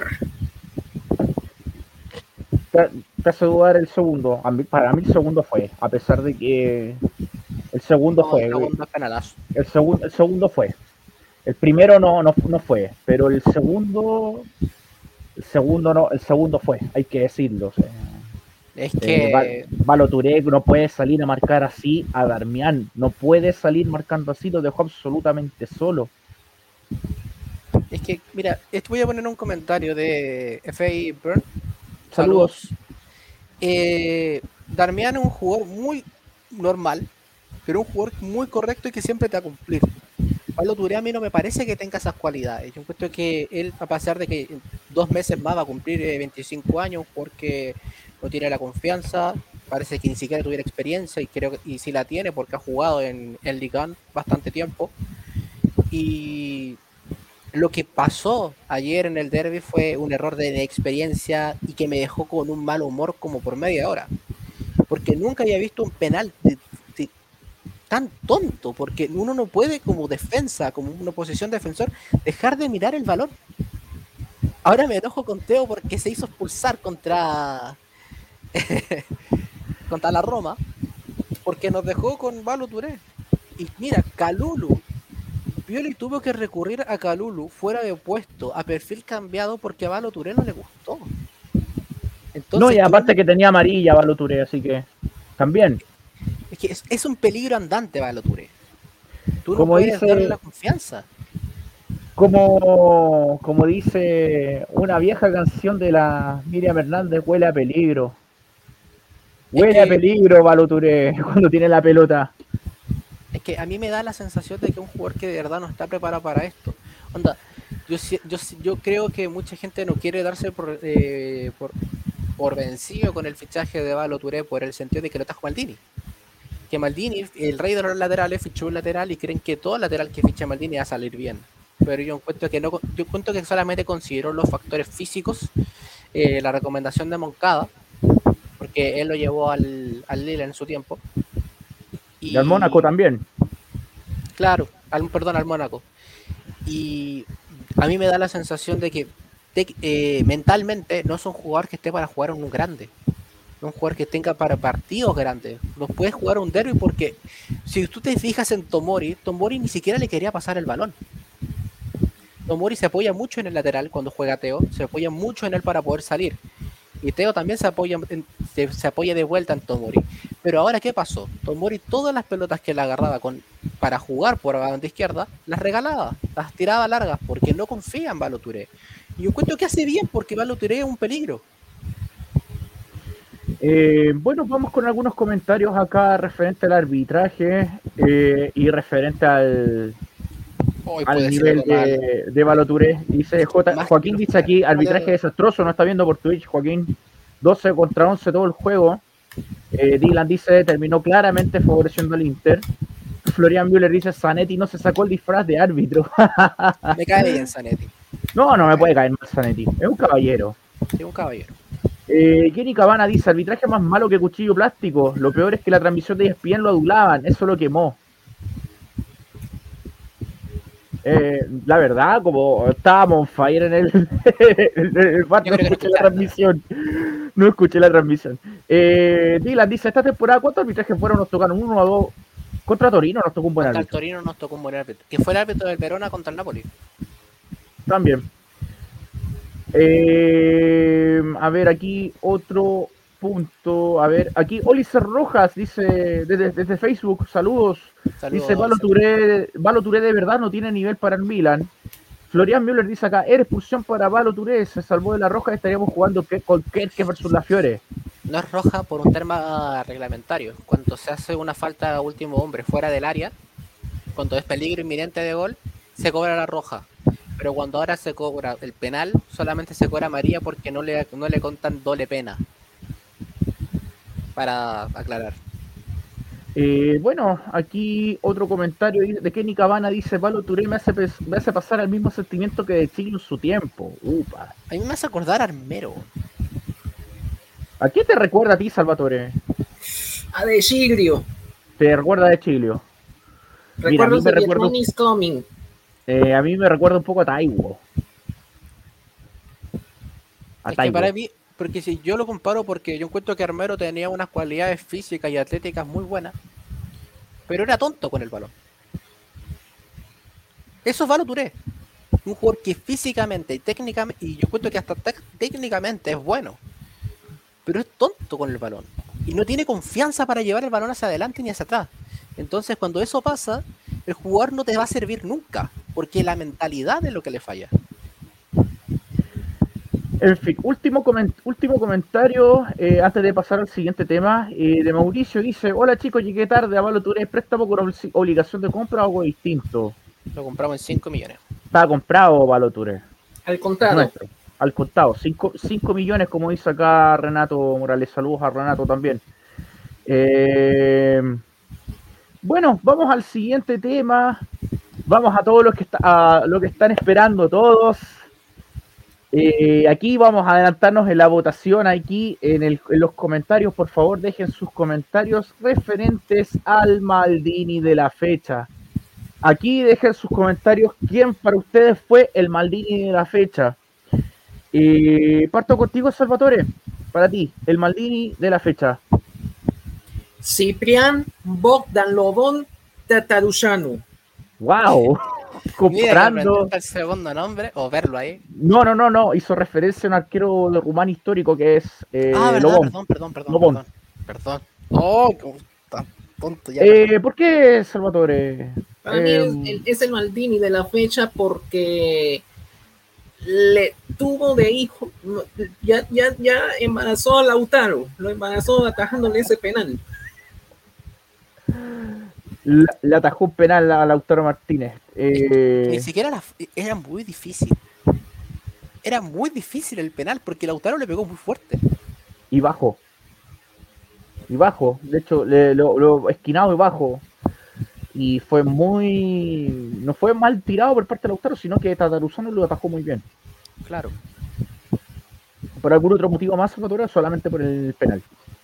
Te hace dudar el segundo. Para mí el segundo fue, a pesar de que el segundo No, fue. el segundo es penalazo. El segundo fue. El primero no fue, pero el segundo no, el segundo fue, hay que decirlo. O sea, Es que Valo Touré no puede salir a marcar así a Darmian, no puede salir marcando así, lo dejó absolutamente solo. Es que, mira, esto voy a poner un comentario de F.A. Burn. Saludos. Darmian es un jugador muy normal, pero un jugador muy correcto y que siempre te va a cumplir. Pablo Touré a mí no me parece que tenga esas cualidades. Yo encuentro que él, a pesar de que en 2 meses más va a cumplir 25 años, porque no tiene la confianza, parece que ni siquiera tuviera experiencia, y creo y sí la tiene porque ha jugado en Ligue 1 bastante tiempo. Y lo que pasó ayer en el derby fue un error de experiencia y que me dejó con un mal humor como por media hora. Porque nunca había visto un penal tan tonto, porque uno no puede como defensa, como una posición defensor, dejar de mirar el balón. Ahora me enojo con Teo porque se hizo expulsar contra contra la Roma, porque nos dejó con Valo Touré. Y mira, Kalulu, Pioli tuvo que recurrir a Kalulu fuera de puesto, a perfil cambiado, porque a Valo Touré no le gustó. Entonces, no, y aparte que tenía amarilla Valo Touré, así que también. Es que es un peligro andante Valo Touré. Tú no puedes darle la confianza. Como dice una vieja canción de la Miriam Hernández, huele a peligro. Huele a peligro Valo Touré cuando tiene la pelota. Es que a mí me da la sensación de que un jugador que de verdad no está preparado para esto. Onda, yo creo que mucha gente no quiere darse por vencido con el fichaje de Valo Touré por el sentido de que lo trajo Maldini. Que Maldini, el rey de los laterales, fichó un lateral y creen que todo lateral que ficha Maldini va a salir bien. Pero yo encuentro que no, yo encuentro que solamente consideró los factores físicos, la recomendación de Moncada, porque él lo llevó al Lille en su tiempo. Y al Mónaco también. Claro, al Mónaco. Y a mí me da la sensación de que mentalmente no es un jugador que esté para jugar en un grande. Un jugador que tenga para partidos grandes. No puedes jugar un derby porque si tú te fijas en Tomori ni siquiera le quería pasar el balón. Tomori se apoya mucho en el lateral cuando juega Teo, se apoya mucho en él para poder salir. Y Teo también se apoya de vuelta en Tomori. Pero ahora, ¿qué pasó? Tomori todas las pelotas que le agarraba para jugar por la banda izquierda, las regalaba, las tiraba largas, porque no confía en Valo Touré. Y yo encuentro que hace bien, porque Valo Touré es un peligro. Bueno, vamos con algunos comentarios acá referente al arbitraje y referente al nivel de Valo Touré. Dice Joaquín, dice aquí, arbitraje desastroso, no está viendo por Twitch, Joaquín. 12 contra 11 todo el juego. Dylan dice, terminó claramente favoreciendo al Inter. Florian Müller dice, Zanetti no se sacó el disfraz de árbitro. Me cae bien Zanetti. No me puede caer mal Zanetti, es un caballero. Sí, un caballero. Kenny Cabana dice, arbitraje más malo que cuchillo plástico. Lo peor es que la transmisión de ESPN lo adulaban, eso lo quemó. La verdad, como estábamos on fire en el bar, no escuché la transmisión. No escuché la transmisión. Dylan dice, esta temporada, ¿cuántos arbitrajes fueron? Nos tocaron 1 o 2. Contra Torino nos tocó un buen árbitro. Contra Torino nos tocó un buen árbitro. Que fue el árbitro del Verona contra el Napoli. También. A ver, aquí otro punto. A ver, aquí Oliver Rojas dice desde Facebook, saludos. Dice Valo Touré de verdad no tiene nivel para el Milan. Florian Müller dice acá, era expulsión para Valo Touré, se salvó de la roja, estaríamos jugando con Kerke versus la Fiore. No es roja por un tema reglamentario. Cuando se hace una falta a último hombre fuera del área, cuando es peligro inminente de gol, se cobra la roja. Pero cuando ahora se cobra el penal, solamente se cobra amarilla porque no le contan doble pena. Para aclarar. Bueno, aquí otro comentario de Kenny Cabana dice: Pablo Touré me hace pasar el mismo sentimiento que de Chile en su tiempo. Upa. A mí me hace acordar a Armero. ¿A qué te recuerda a ti, Salvatore? A De Chilio. ¿Te recuerda de Chile? Mira, Recuerdos de Vietnam is Coming. A mí me recuerda un poco a Taiwo. Que para mí, porque si yo lo comparo, porque yo encuentro que Armero tenía unas cualidades físicas y atléticas muy buenas, pero era tonto con el balón. Eso es Pablo Touré. Un jugador que físicamente y técnicamente, y yo encuentro que hasta técnicamente es bueno, pero es tonto con el balón. Y no tiene confianza para llevar el balón hacia adelante ni hacia atrás. Entonces, cuando eso pasa, el jugador no te va a servir nunca, porque la mentalidad es lo que le falla. En fin, último comentario antes de pasar al siguiente tema. De Mauricio dice: hola chicos, llegué tarde a Pablo Touré, préstamo con obligación de compra o algo distinto. Lo compramos en 5 millones. Estaba comprado Pablo Touré. Al contado. Nuestro, al contado. 5 millones, como dice acá Renato Morales. Saludos a Renato también. Bueno, vamos al siguiente tema. Vamos a todo lo que están esperando todos. Aquí vamos a adelantarnos en la votación. Aquí en los comentarios, por favor, dejen sus comentarios referentes al Maldini de la fecha. Aquí dejen sus comentarios quién para ustedes fue el Maldini de la fecha. Parto contigo, Salvatore. Para ti, el Maldini de la fecha. Ciprián Bogdan Lobón Tatarusanu. ¡Wow! Comprando el segundo nombre o verlo ahí. No, hizo referencia a un arquero de Rumania histórico que es Lobón. Perdón. Oh, tan tonto ya. ¿Por qué, Salvatore? Para mí es el Maldini de la fecha porque le tuvo de hijo, ya embarazó a Lautaro, lo embarazó atajándole ese penal. Le atajó un penal a Lautaro Martínez. Ni siquiera era muy difícil. Era muy difícil el penal porque Lautaro le pegó muy fuerte. Y bajo. De hecho, lo esquinado y bajo. Y fue no fue mal tirado por parte de Lautaro, sino que Tataruzano lo atajó muy bien. Claro. ¿Por algún otro motivo más, Salvatore? Solamente por el penal.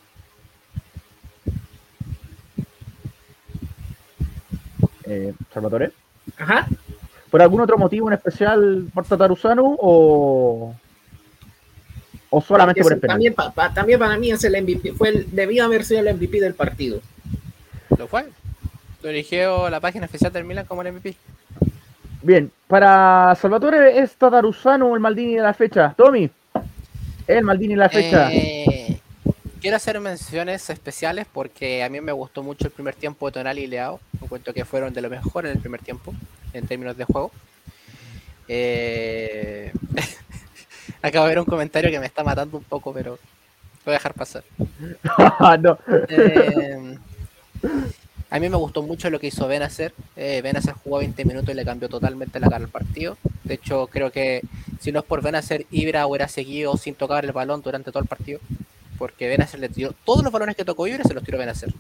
Salvatore. Ajá. ¿Por algún otro motivo en especial por Tataruzano o solamente por el penal? También para mí es el MVP. Debía haber sido el MVP del partido. Lo fue. Lo eligió la página oficial del Milan como el MVP. Bien, para Salvatore es Tataruzano el Maldini de la fecha. Tommy, el Maldini de la fecha. Quiero hacer menciones especiales porque a mí me gustó mucho el primer tiempo de Tonali y Leao. Me cuento que fueron de lo mejor en el primer tiempo, en términos de juego. Acabo de ver un comentario que me está matando un poco, pero lo voy a dejar pasar. No. A mí me gustó mucho lo que hizo Benacer. Benacer jugó 20 minutos y le cambió totalmente la cara al partido. De hecho, creo que si no es por Benacer, Ibra hubiera seguido sin tocar el balón durante todo el partido. Porque Benacer le tiró todos los balones que tocó Ibra, se los tiró Benacer.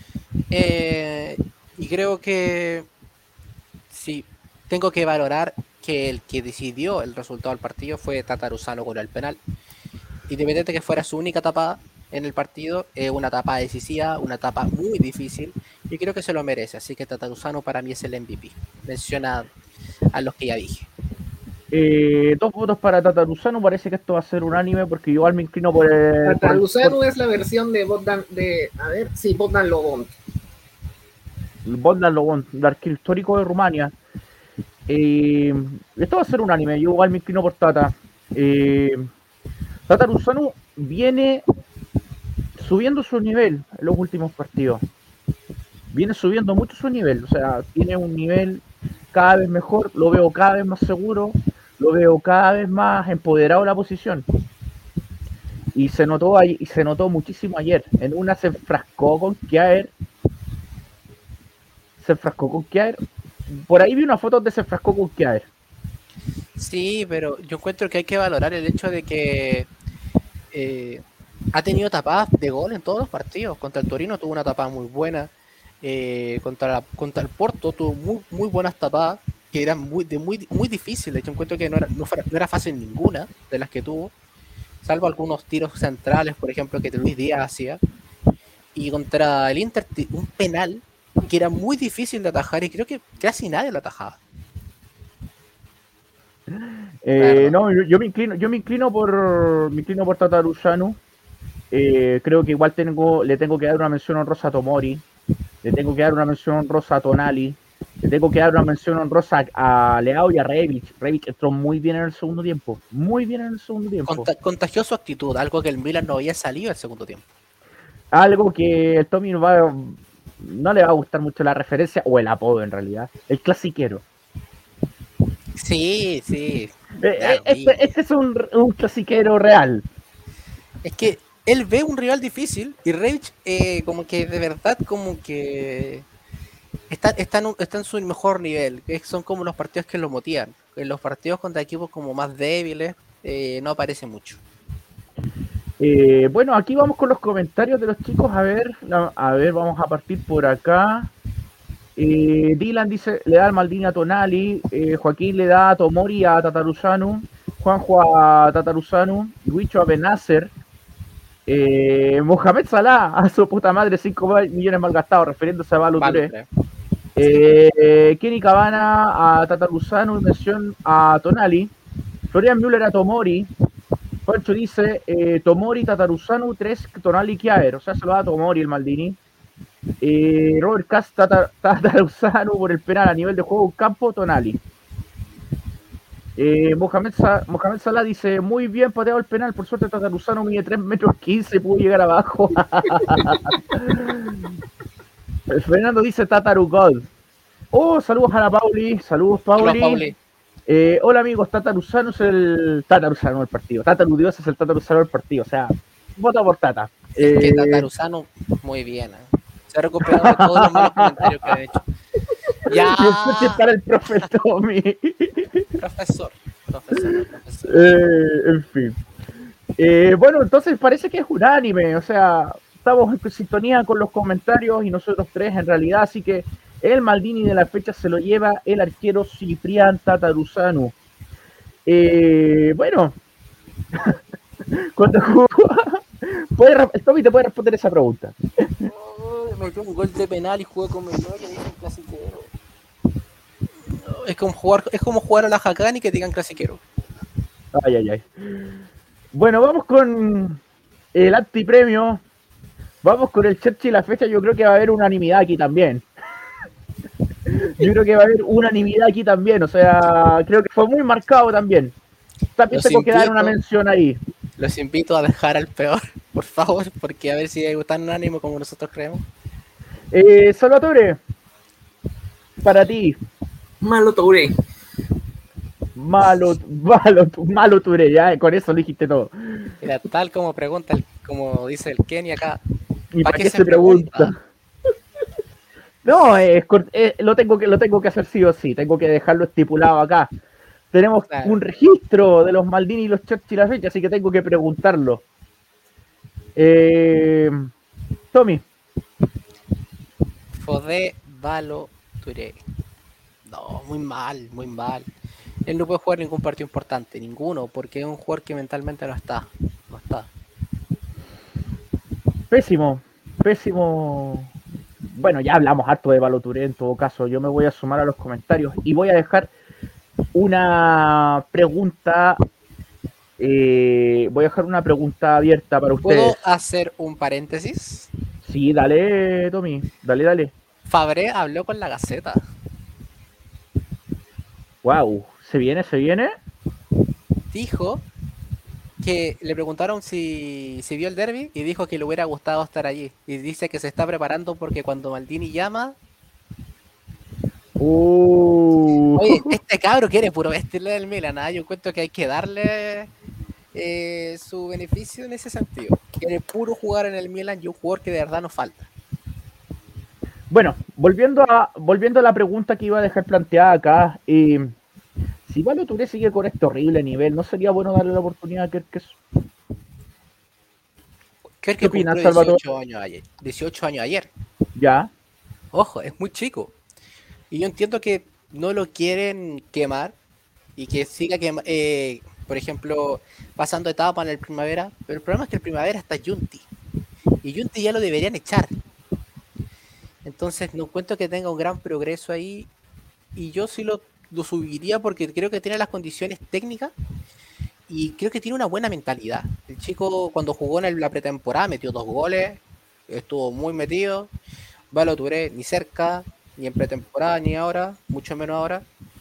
Y creo que sí, tengo que valorar que el que decidió el resultado del partido fue Tataruzano con el penal. Independiente que fuera su única tapada en el partido, una etapa decisiva, una etapa muy difícil, y creo que se lo merece. Así que Tataruzano para mí es el MVP. Menciona a los que ya dije. 2 votos para Tataruzano. Parece que esto va a ser unánime porque igual me inclino por el. Tataruzano es la versión de Bogdan Lobón. Bogdan Lobón, el arquero histórico de Rumania. Esto va a ser unánime. Yo igual me inclino por Tata. Tataruzano viene subiendo su nivel en los últimos partidos. Viene subiendo mucho su nivel. O sea, tiene un nivel cada vez mejor. Lo veo cada vez más seguro. Lo veo cada vez más empoderado en la posición. Y se notó muchísimo ayer. En una se enfrascó con Kjaer. Por ahí vi una foto donde se enfrascó con Kjaer. Sí, pero yo encuentro que hay que valorar el hecho de que ha tenido tapadas de gol en todos los partidos. Contra el Torino tuvo una tapada muy buena. contra el Porto tuvo muy buenas tapadas, que eran muy difíciles. De hecho, encuentro que no era fácil ninguna de las que tuvo, salvo algunos tiros centrales, por ejemplo, que Luis Díaz hacía. Y contra el Inter, un penal que era muy difícil de atajar y creo que casi nadie lo atajaba. No, yo me inclino por Tatarusanu. Creo que igual le tengo que dar una mención honrosa a Tomori, le tengo que dar una mención honrosa a Tonali, le tengo que dar una mención honrosa a Leao y a Rebic. Rebic entró muy bien en el segundo tiempo, Contagió su actitud, algo que el Milan no había salido el segundo tiempo. Algo que el Tommy no le va a gustar mucho la referencia, o el apodo en realidad, el clasiquero. Sí. Este es un clasiquero real. Es que él ve un rival difícil y Rebic como que de verdad como que está en su mejor nivel. Son como los partidos que lo motivan. En los partidos contra equipos como más débiles no aparece mucho. Bueno, aquí vamos con los comentarios de los chicos. A ver, vamos a partir por acá. Dylan dice, le da al Maldini a Tonali. Joaquín le da a Tomori a Tatarusanu. Juanjo a Tatarusanu. Huicho a Benacer. Mohamed Salah a su puta madre, 5 millones mal gastados, refiriéndose a Balou Touré. Kenny Cabana a Tatarusanu, mención a Tonali. Florian Müller a Tomori. Pancho dice Tomori, Tatarusanu, 3, Tonali, Kjaer. O sea, se lo da a Tomori el Maldini. Robert Kass, Tatarusanu por el penal a nivel de juego campo, Tonali. Mohamed Salah dice, muy bien pateado el penal, por suerte Tatarusanu mide 3 metros 15 y pudo llegar abajo. Fernando dice Tataru God. Oh, saludos a la Pauli. Saludos, Pauli. Hola amigos, Tatarusanu es el Tatarusanu del partido. Tataru Dios es el Tatarusanu del partido. O sea, vota por Tata. Que Tatarusanu, muy bien. Se ha recuperado de todos los malos comentarios que ha hecho. Ya. Para el profe Tommy. Profesor. En fin. Bueno, entonces parece que es unánime. O sea, estamos en sintonía con los comentarios y nosotros tres en realidad. Así que el Maldini de la fecha se lo lleva el arquero Ciprián Tatarusanu. Bueno, cuando jugó, Tommy te puede responder esa pregunta. Metió un gol de penal y jugó con Memoria, dicen clasiquero. Es como jugar a la Hakani y que digan clasiquero. Ay. Bueno, vamos con el antipremio. Vamos con el Churchill la fecha. Yo creo que va a haber unanimidad aquí también. O sea, creo que fue muy marcado también. También tengo que dar una mención ahí. Los invito a dejar al peor, por favor, porque a ver si hay tan unánimo como nosotros creemos. Salvatore, para ti. Malo Touré. Malo Touré, ya, con eso lo dijiste todo. Mira, tal como pregunta, como dice el Kenny acá. ¿Y para qué se pregunta? No, lo tengo que hacer sí o sí, tengo que dejarlo estipulado acá. Tenemos un registro de los Maldini y los Churchill la fecha, así que tengo que preguntarlo. Tommy. Fodé Balou Touré. No, muy mal. Él no puede jugar ningún partido importante, ninguno, porque es un jugador que mentalmente no está. Pésimo. Bueno, ya hablamos harto de Balou Touré en todo caso. Yo me voy a sumar a los comentarios y voy a dejar una pregunta. Voy a dejar una pregunta abierta para ustedes. ¿Puedo hacer un paréntesis? Sí, dale, Tommy. Dale. Fabré habló con la Gaceta. Wow, ¿se viene? Dijo que le preguntaron si vio el derbi y dijo que le hubiera gustado estar allí. Y dice que se está preparando porque cuando Maldini llama... Oye, este cabro quiere puro vestirle del Milan, ¿eh? Yo encuentro que hay que darle su beneficio en ese sentido. Quiere puro jugar en el Milan y un jugador que de verdad nos falta. Bueno, volviendo a la pregunta que iba a dejar planteada acá, si Balou Touré sigue con este horrible nivel, ¿no sería bueno darle la oportunidad a Kerkez? ¿Qué opinas, Salvador? 18 años ayer. Ya. Ojo, es muy chico. Y yo entiendo que no lo quieren quemar y que siga por ejemplo, pasando etapa en el primavera. Pero el problema es que el primavera está Junti. Y Junti ya lo deberían echar. Entonces no encuentro que tenga un gran progreso ahí. Y yo sí lo subiría porque creo que tiene las condiciones técnicas y creo que tiene una buena mentalidad. El chico cuando jugó en la pretemporada metió 2 goles, estuvo muy metido. Valo Touré ni cerca, ni en pretemporada, ni ahora, mucho menos ahora.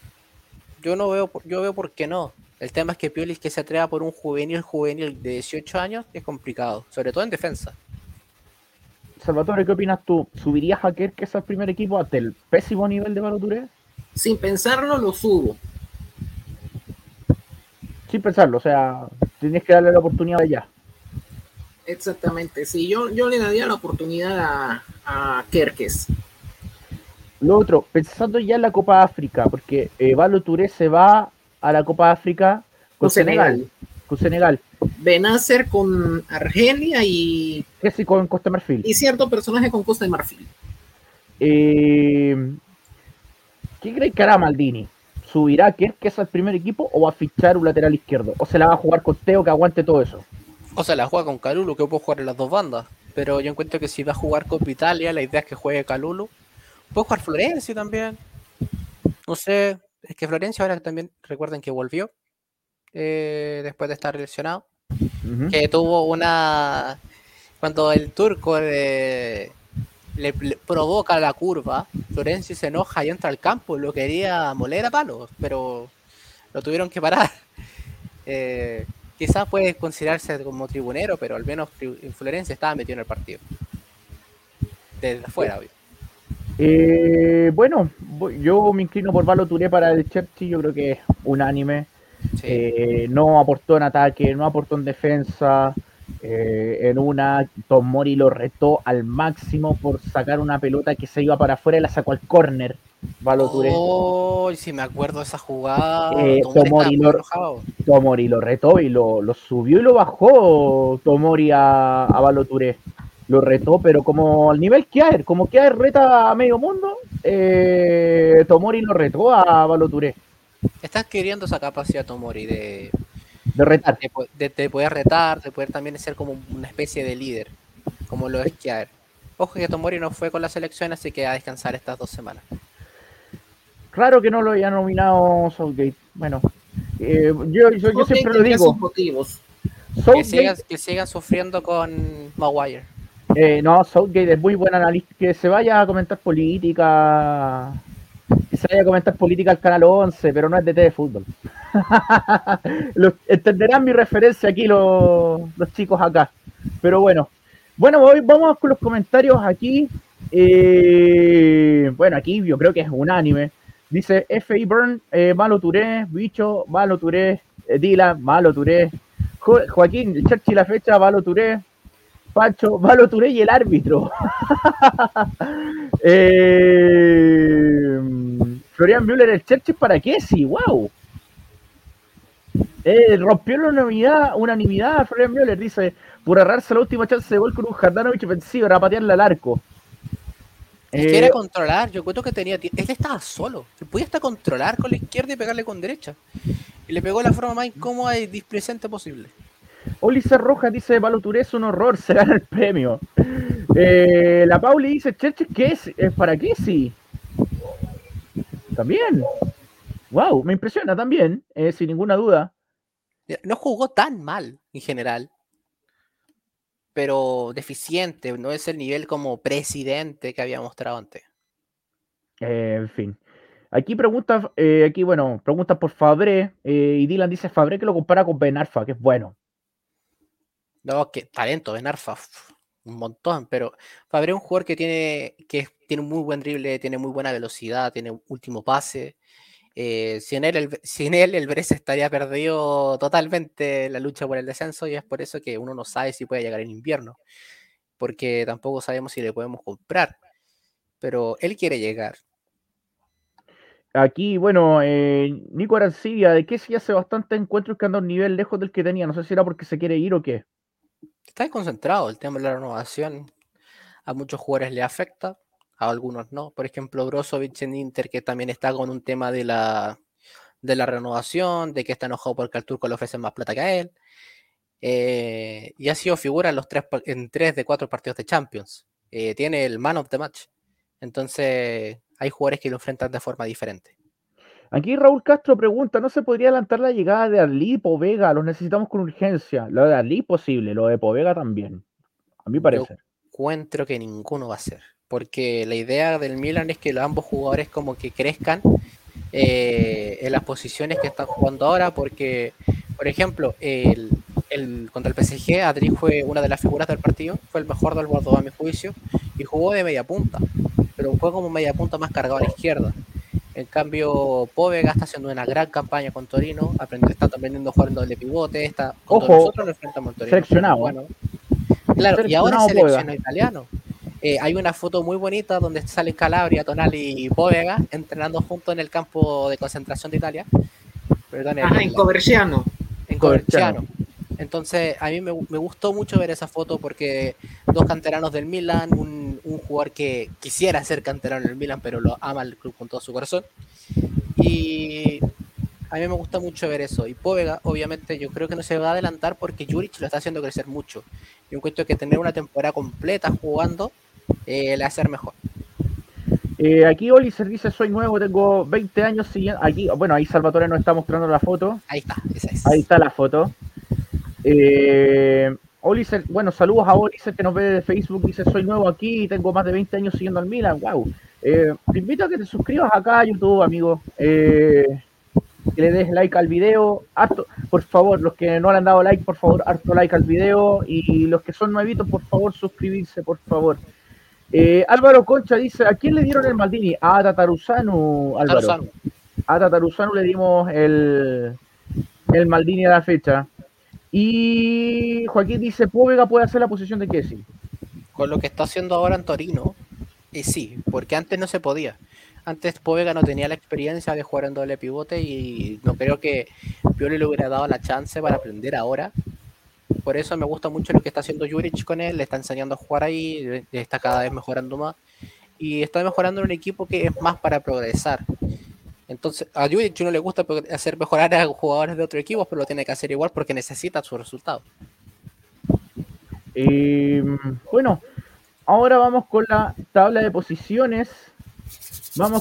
Yo veo por qué no. El tema es que Piolis que se atreva por un juvenil de 18 años es complicado, sobre todo en defensa. Salvatore, ¿qué opinas tú? ¿Subirías a Kerkez al primer equipo ante el pésimo nivel de Ballo Touré? Sin pensarlo, lo subo. Sin pensarlo, o sea, tienes que darle la oportunidad ya. Exactamente, sí, yo le daría la oportunidad a Kerkez. Lo otro, pensando ya en la Copa África, porque Ballo Touré se va a la Copa África con Senegal. Con Senegal. Benacer con Argelia y. ¿Qué sí con Costa de Marfil? Y cierto personaje con Costa de Marfil. ¿Qué cree que hará Maldini? ¿Subirá a Kerkez al primer equipo o va a fichar un lateral izquierdo? ¿O se la va a jugar con Teo que aguante todo eso? O sea, la juega con Calulu, que puede jugar en las dos bandas. Pero yo encuentro que si va a jugar Copa Italia, la idea es que juegue Calulu. Puede jugar Florencio también. No sé, es que Florencio ahora también, recuerden que volvió después de estar lesionado. Que tuvo una. Cuando el turco le provoca la curva, Florencio se enoja y entra al campo. Lo quería moler a palos, pero lo tuvieron que parar. Quizás puede considerarse como tribunero, pero al menos en Florencia estaba metido en el partido. Desde afuera, obvio. Bueno, yo me inclino por Ballo Touré para el Chelsea, yo creo que es unánime. Sí. No aportó en ataque, no aportó en defensa. En una, Tomori lo retó al máximo por sacar una pelota que se iba para afuera y la sacó al córner. Ballo Touré. Oh, si me acuerdo de esa jugada. Tomori lo retó y lo subió y lo bajó Tomori a Ballo Touré. Lo retó, pero como al nivel Kjaer, como Kjaer reta a medio mundo, Tomori lo retó a Ballo Touré. Está adquiriendo esa capacidad Tomori de retar. De poder retar, de poder también ser como una especie de líder, como lo es Kjaer. Ojo que Tomori no fue con la selección, así que a descansar estas 2 semanas. Raro que no lo haya nominado Southgate. Bueno, yo siempre lo digo. Que siga sufriendo con Maguire. No, Southgate es muy buen analista. Que se vaya a comentar política. Que se vaya a comentar política al Canal 11, pero no es de fútbol. Entenderán mi referencia aquí los chicos acá. Pero bueno. Bueno, hoy vamos con los comentarios aquí. Bueno, aquí yo creo que es unánime. Dice F.A. Burn, Ballo Touré, Bicho, Ballo Touré, Dylan, Ballo Touré, Joaquín, Churchill la fecha, Ballo Touré, Pacho, Ballo Touré y el árbitro. Florian Müller, el Churchill para qué, sí, wow. Rompió la unanimidad Florian Müller, dice, por agarrarse la última chance de gol con un Handanovic ofensivo, era patearle al arco. Es que era controlar, yo creo que tenía. Él estaba solo, se podía hasta controlar con la izquierda y pegarle con derecha. Y le pegó de la forma más incómoda y displecente posible. Ulises Rojas dice: Ballo Touré es un horror, se gana el premio. La Pauli dice: Cherche, ¿qué es? ¿Para qué? Sí. También. Wow, me impresiona también, sin ninguna duda. No jugó tan mal en general, pero deficiente, no es el nivel como presidente que había mostrado antes. En fin. Aquí preguntas, preguntas por Fabré, y Dylan dice Fabré que lo compara con Ben Arfa, que es bueno. No, que talento, Ben Arfa, un montón, pero Fabré es un jugador que tiene un muy buen drible, tiene muy buena velocidad, tiene un último pase. Sin él el Brescia estaría perdido totalmente la lucha por el descenso y es por eso que uno no sabe si puede llegar en invierno, porque tampoco sabemos si le podemos comprar, pero él quiere llegar. Aquí, bueno, Nico Arancibia, de que sí hace bastantes encuentros que anda a un nivel lejos del que tenía, no sé si era porque se quiere ir o qué. Está desconcentrado, el tema de la renovación a muchos jugadores le afecta, a algunos no. Por ejemplo, Brozovic en Inter, que también está con un tema de la renovación, de que está enojado porque al turco le ofrecen más plata que a él. Y ha sido figura en 3 de 4 partidos de Champions. Tiene el man of the match. Entonces, hay jugadores que lo enfrentan de forma diferente. Aquí Raúl Castro pregunta, ¿no se podría adelantar la llegada de Arlí, Povega? Los necesitamos con urgencia. Lo de Arlí posible, lo de Povega también, a mi Yo parecer. encuentro que ninguno va a ser. Porque la idea del Milan es que ambos jugadores como que crezcan en las posiciones que están jugando ahora. Porque, por ejemplo, contra el PSG, Adri fue una de las figuras del partido. Fue el mejor del Bordeaux a mi juicio. Y jugó de media punta. Pero fue como media punta más cargado a la izquierda. En cambio, Povega está haciendo una gran campaña con Torino, está aprendiendo a jugar en doble pivote, Ojo, nosotros nos enfrentamos al Torino. seleccionado. Bueno, claro, y ahora es Seleccionado seleccionado Povega. italiano. Hay una foto muy bonita donde sale Calabria, Tonali y Povega entrenando juntos en el campo de concentración de Italia. Perdón, En Coverciano. En Coverciano. Entonces, a mí me gustó mucho ver esa foto porque dos canteranos del Milan, un jugador que quisiera ser canterano del Milan, pero lo ama el club con todo su corazón. Y a mí me gusta mucho ver eso. Y Povega, obviamente, yo creo que no se va a adelantar porque Juric lo está haciendo crecer mucho. Yo encuentro que tener una temporada completa jugando le va a hacer mejor. Aquí Oliver dice, soy nuevo, tengo 20 años siguiendo. Aquí, bueno, ahí Salvatore nos está mostrando la foto. Ahí está, esa es. Ahí está la foto. Oliver, bueno, saludos a Oliver que nos ve de Facebook, dice, soy nuevo aquí y tengo más de 20 años siguiendo al Milan. Wow. Te invito a que te suscribas acá a YouTube, amigo. Que le des like al video. Por favor, los que no le han dado like, por favor, harto like al video. Y los que son nuevitos, por favor, suscribirse, por favor. Álvaro Concha dice, ¿a quién le dieron el Maldini? A Tataruzanu, Álvaro. Tataruzanu. A Tataruzanu le dimos el Maldini a la fecha. Y Joaquín dice, Povega puede hacer la posición de Kessie. Con lo que está haciendo ahora en Torino, sí, porque antes no se podía. Antes Povega no tenía la experiencia de jugar en doble pivote y no creo que Pioli le hubiera dado la chance para aprender ahora. Por eso me gusta mucho lo que está haciendo Juric con él, le está enseñando a jugar ahí, está cada vez mejorando más y está mejorando en un equipo que es más para progresar. Entonces a Juric no le gusta hacer mejorar a jugadores de otro equipo, pero lo tiene que hacer igual porque necesita su resultado. Bueno, ahora vamos con la tabla de posiciones. Vamos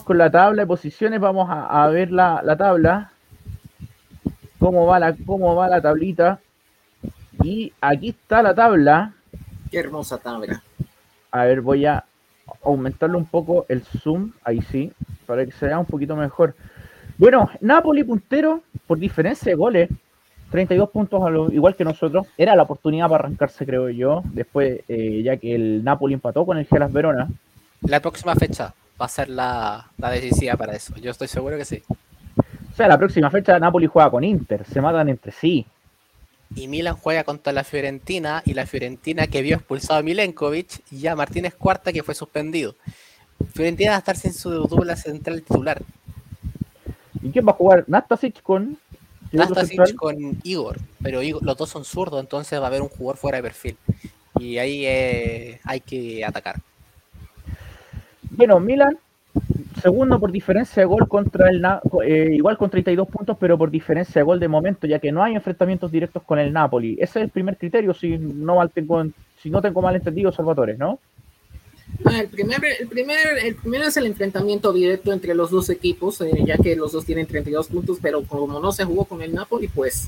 a ver la tabla. Cómo va la tablita. Y aquí está la tabla. Qué hermosa tabla. A ver, voy a aumentarle un poco el zoom. Ahí sí, para que se vea un poquito mejor. Bueno, Napoli puntero por diferencia de goles. 32 puntos igual que nosotros. Era la oportunidad para arrancarse, creo yo. Después, ya que el Napoli empató con el Hellas Verona. La próxima fecha va a ser la decisiva para eso. Yo estoy seguro que sí. O sea, la próxima fecha Napoli juega con Inter. Se matan entre sí. Y Milan juega contra la Fiorentina. Y la Fiorentina que vio expulsado a Milenkovic y a Martínez Cuarta que fue suspendido. Fiorentina va a estar sin su dupla central titular. ¿Y quién va a jugar? Nastasic con Igor, pero los dos son zurdos, entonces va a haber un jugador fuera de perfil. Y ahí hay que atacar. Bueno, Milan, segundo por diferencia de gol contra igual con 32 puntos, pero por diferencia de gol de momento, ya que no hay enfrentamientos directos con el Napoli. Ese es el primer criterio, si no tengo mal entendido, Salvatore, ¿no? El primero es el enfrentamiento directo entre los dos equipos, ya que los dos tienen 32 puntos, pero como no se jugó con el Napoli, pues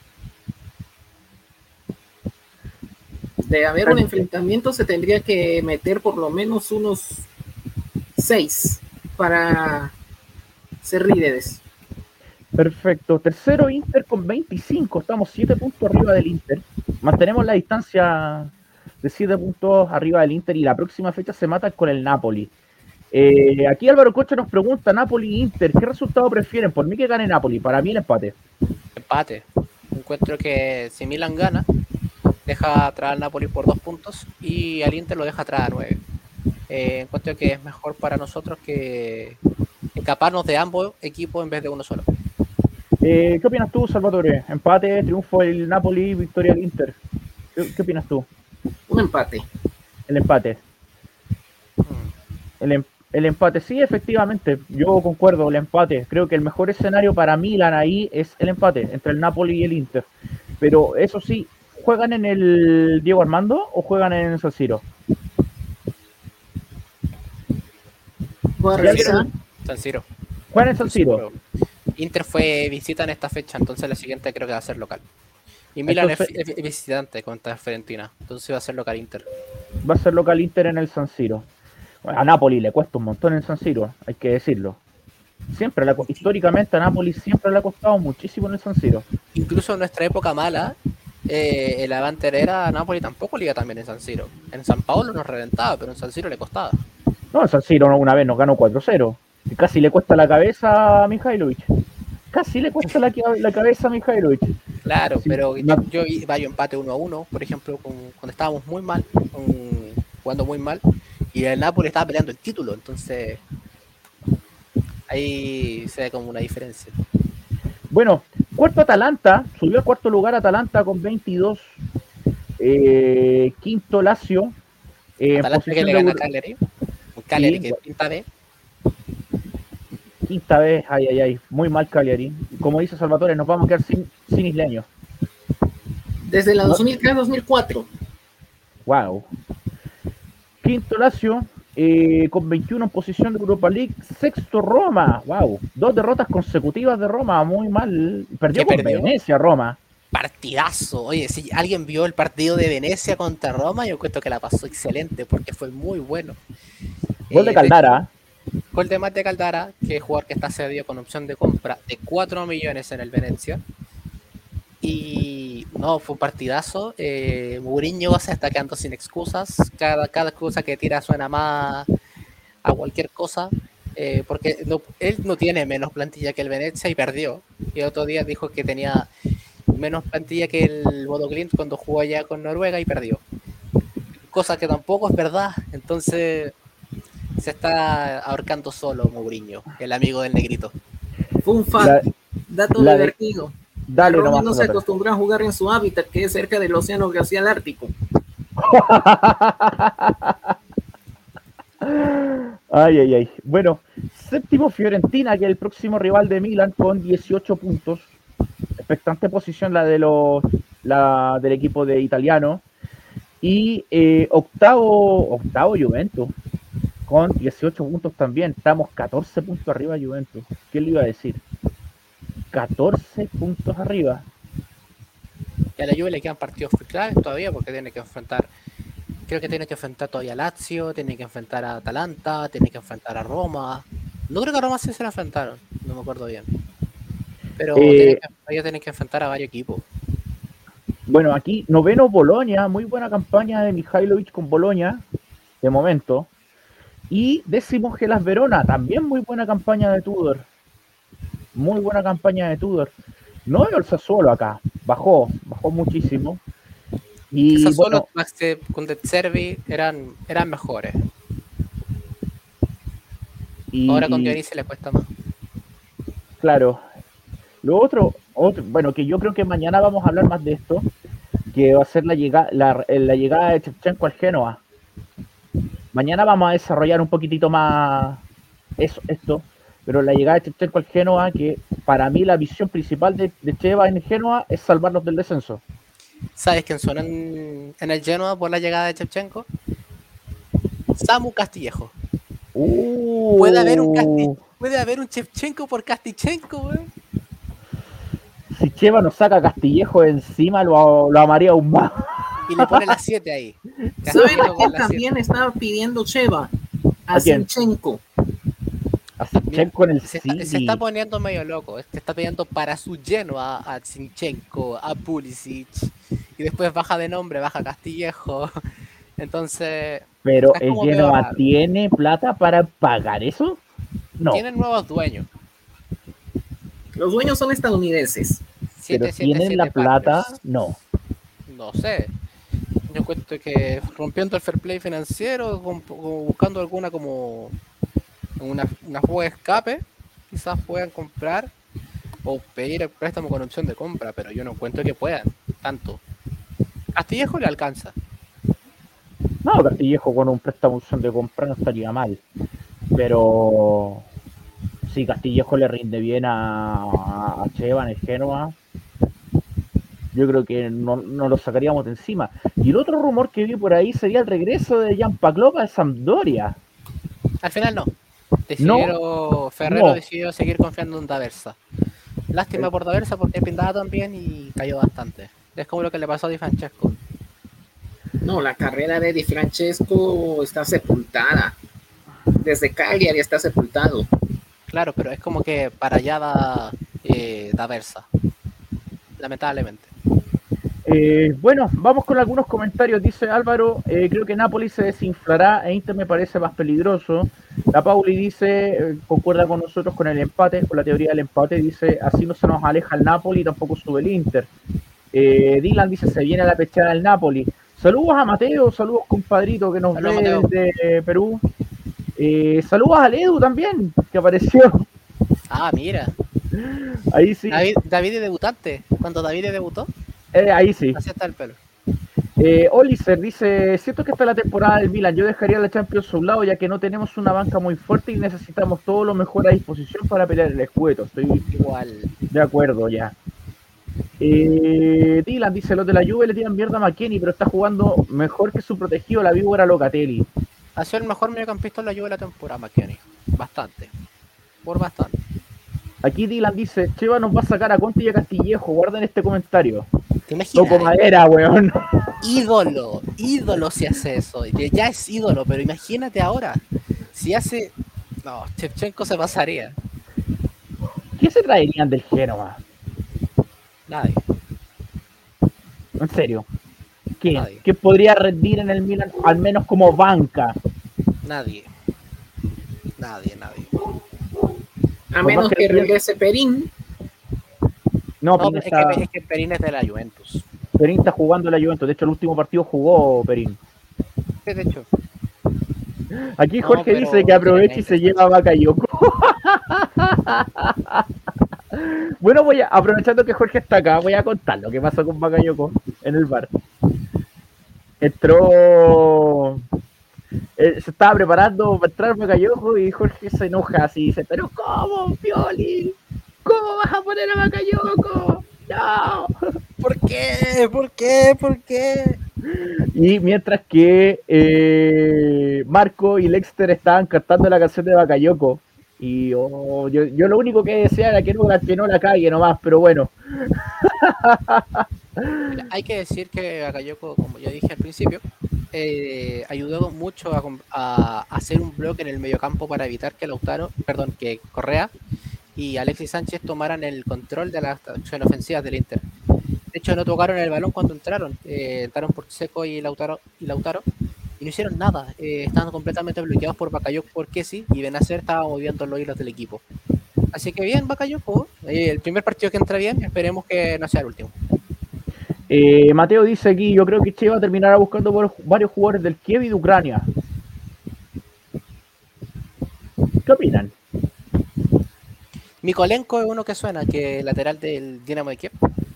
de haber un enfrentamiento se tendría que meter por lo menos unos 6 para ser líderes. Perfecto. Tercero Inter con 25, estamos 7 puntos arriba del Inter. Mantenemos la distancia de 7 puntos arriba del Inter y la próxima fecha se matan con el Napoli. Aquí Álvaro Cocha nos pregunta, Napoli-Inter, ¿qué resultado prefieren? Por mí que gane Napoli, para mí el empate. Empate. Encuentro que si Milan gana, deja atrás al Napoli por 2 puntos y al Inter lo deja atrás a 9. Encuentro que es mejor para nosotros que escaparnos de ambos equipos en vez de uno solo. ¿Qué opinas tú, Salvatore? Empate, triunfo del Napoli, victoria del Inter. ¿Qué opinas tú? Un empate. El empate. El empate, sí, efectivamente, yo concuerdo, el empate. Creo que el mejor escenario para Milan ahí es el empate entre el Napoli y el Inter. Pero eso sí, ¿juegan en el Diego Armando o juegan en el San Siro? Voy a ¿Ya revisar. vieron? San Siro. Juegan en San Estoy Siro. seguro. Inter fue visita en esta fecha, entonces la siguiente creo que va a ser local. Y Milan Entonces, es visitante contra Fiorentina, entonces va a ser local Inter. va a ser local Inter en el San Siro. Bueno, a Napoli le cuesta un montón en San Siro, hay que decirlo. Siempre, históricamente a Napoli siempre le ha costado muchísimo en el San Siro. Incluso en nuestra época mala, el Avante era Napoli tampoco liga también en San Siro. En San Paolo nos reventaba, pero en San Siro le costaba. No, en San Siro una vez nos ganó 4-0. Y casi le cuesta la cabeza a Mihailovic. Casi le cuesta la cabeza a Mihailovic. Claro, Sí, pero no. yo iba empate 1-1, por ejemplo, cuando estábamos muy mal, jugando muy mal, y el Napoli estaba peleando el título, entonces ahí se ve como una diferencia. Bueno, cuarto Atalanta, subió al cuarto lugar Atalanta con 22. Quinto Lazio. Atalanta que le gana a Cagliari, un Cagliari Sí, que pinta de quinta vez, ay, muy mal Cagliari. Como dice Salvatore, nos vamos a quedar sin isleños. Desde la 2003-2004. Wow. Quinto Lazio, con 21 en posición de Europa League. Sexto Roma, wow. 2 derrotas consecutivas de Roma, muy mal. Perdió con Venecia Roma. Partidazo. Oye, si alguien vio el partido de Venecia contra Roma, yo cuento que la pasó excelente porque fue muy bueno. Gol de Caldara. Gol de Mate Caldara, que es jugador que está cedido con opción de compra de 4 millones en el Venecia. Y no, fue un partidazo. Mourinho se está quedando sin excusas. Cada excusa que tira suena más a cualquier cosa. Porque él no tiene menos plantilla que el Venecia y perdió. Y otro día dijo que tenía menos plantilla que el Bodo Glimt cuando jugó allá con Noruega y perdió. Cosa que tampoco es verdad. Entonces se está ahorcando solo Mourinho, el amigo del negrito. Fun fact, dato divertido. Dale, Roma no se acostumbró a jugar en su hábitat, que es cerca del océano glacial ártico. Ay. Bueno, séptimo Fiorentina, que es el próximo rival de Milan, con 18 puntos. Expectante posición la del equipo de italiano. Y octavo Juventus, con 18 puntos también. Estamos 14 puntos arriba Juventus. ¿Qué le iba a decir? 14 puntos arriba. Y a la Juve le quedan partidos claves todavía porque tiene que enfrentar, creo que tiene que enfrentar todavía a Lazio, tiene que enfrentar a Atalanta, tiene que enfrentar a Roma. No creo que a Roma sí se la enfrentaron, no me acuerdo bien. Pero todavía tienen que enfrentar a varios equipos. Bueno, aquí noveno Bolonia, muy buena campaña de Mihailovic con Bolonia, de momento. Y décimo Gelas Verona, también muy buena campaña de Tudor. Muy buena campaña de Tudor. No veo el Sassuolo acá, bajó muchísimo. Y el Sassuolo con De Zerbi eran mejores. Ahora con Dionisi le cuesta más. Claro. Lo otro, bueno, que yo creo que mañana vamos a hablar más de esto, que va a ser la llegada de Shevchenko al Genoa. Mañana vamos a desarrollar un poquitito más esto, pero la llegada de Shevchenko al Genoa, que para mí la visión principal de Cheva en Genoa es salvarlos del descenso. ¿Sabes quién suena en el Genoa por la llegada de Shevchenko? Samu Castillejo. Puede haber un Shevchenko por Castichenko, weón. Si Cheva nos saca a Castillejo encima, lo amaría aún más. Y le pone la 7 ahí. ¿Saben a quién también estaba pidiendo Cheva? A Zinchenko. A Zinchenko en el City. Se está poniendo medio loco. Se está pidiendo para su Genoa a Zinchenko, a Pulisic. Y después baja de nombre, baja Castillejo. Entonces... Pero el Genoa tiene plata para pagar eso. No. Tienen nuevos dueños. Los dueños son estadounidenses. Pero tienen la plata, no. No sé. Yo cuento que rompiendo el fair play financiero, buscando alguna como una juega de escape, quizás puedan comprar o pedir el préstamo con opción de compra, pero yo no encuentro que puedan tanto. Castillejo le alcanza. No, Castillejo con un préstamo opción de compra no estaría mal. Pero si Castillejo le rinde bien a Cheva en el Genoa, yo creo que no lo sacaríamos de encima. Y el otro rumor que vi por ahí sería el regreso de Jan Paclopa de Sampdoria. Al final no. Ferrero no. decidió seguir confiando en Daversa. Lástima por Daversa porque pintaba tan bien y cayó bastante. Es como lo que le pasó a Di Francesco. No, la carrera de Di Francesco está sepultada. Desde Cagliari está sepultado. Claro, pero es como que para allá va Daversa. Lamentablemente. Bueno, vamos con algunos comentarios. Dice Álvaro, creo que Napoli se desinflará e Inter me parece más peligroso. La Pauli dice, concuerda con nosotros con el empate, con la teoría del empate. Dice, así no se nos aleja el Napoli y tampoco sube el Inter. Dylan dice, se viene la pechada del Napoli. Saludos a Mateo, saludos compadrito que nos ve desde Perú. Saludos al Edu también, que apareció. Ah, mira. Ahí sí. David es debutante. Cuando David debutó, ahí sí. así está el pelo. Oliver dice, siento que está la temporada del Milan, yo dejaría la Champions a un lado ya que no tenemos una banca muy fuerte y necesitamos todo lo mejor a disposición para pelear el escudeto. Estoy igual de acuerdo ya. Dylan dice, los de la Juve le tiran mierda a McKennie, pero está jugando mejor que su protegido, la víbora Locatelli. Ha sido el mejor mediocampista en la Juve de la temporada, McKennie. Bastante. Por bastante. Aquí Dylan dice, Cheva nos va a sacar a Conte y a Castillejo, guarden este comentario. ¿Te imaginas? Toco madera, weón. Ídolo si hace eso. Ya es ídolo, pero imagínate ahora. Si hace... No, Shevchenko se pasaría. ¿Qué se traerían del Genoa? Nadie. En serio. ¿Qué podría rendir en el Milan, al menos como banca? Nadie. A menos que regrese Perín. No, es que Perín es de la Juventus. Perín está jugando en la Juventus. De hecho, el último partido jugó Perín. Sí, de hecho. Aquí Jorge dice que aproveche y se lleva a Bakayoko. Bueno, aprovechando que Jorge está acá, voy a contar lo que pasó con Bakayoko en el bar. Entró... se estaba preparando para entrar Bakayoko y Jorge se enoja así y dice, pero ¿cómo, Pioli? ¿Cómo vas a poner a Bakayoko? ¡No! ¿Por qué? Y mientras que Marco y Lexter estaban cantando la canción de Bakayoko. Y yo lo único que decía era que no la cague nomás, pero bueno. Hay que decir que Bakayoko, como ya dije al principio, ayudó mucho a hacer un bloque en el mediocampo para evitar que que Correa y Alexis Sánchez tomaran el control de las acciones ofensivas del Inter. De hecho, no tocaron el balón cuando entraron por Seco y Lautaro y no hicieron nada. Estaban completamente bloqueados por Bakayoko, por Kessi, y Benacer estaba moviendo los hilos del equipo. Así que bien, Bakayoko, el primer partido que entra bien, esperemos que no sea el último. Mateo dice aquí, yo creo que Cheva terminará buscando por varios jugadores del Kiev y de Ucrania. ¿Qué opinan? Mikolenko es uno que suena, que lateral del Dinamo de Kiev,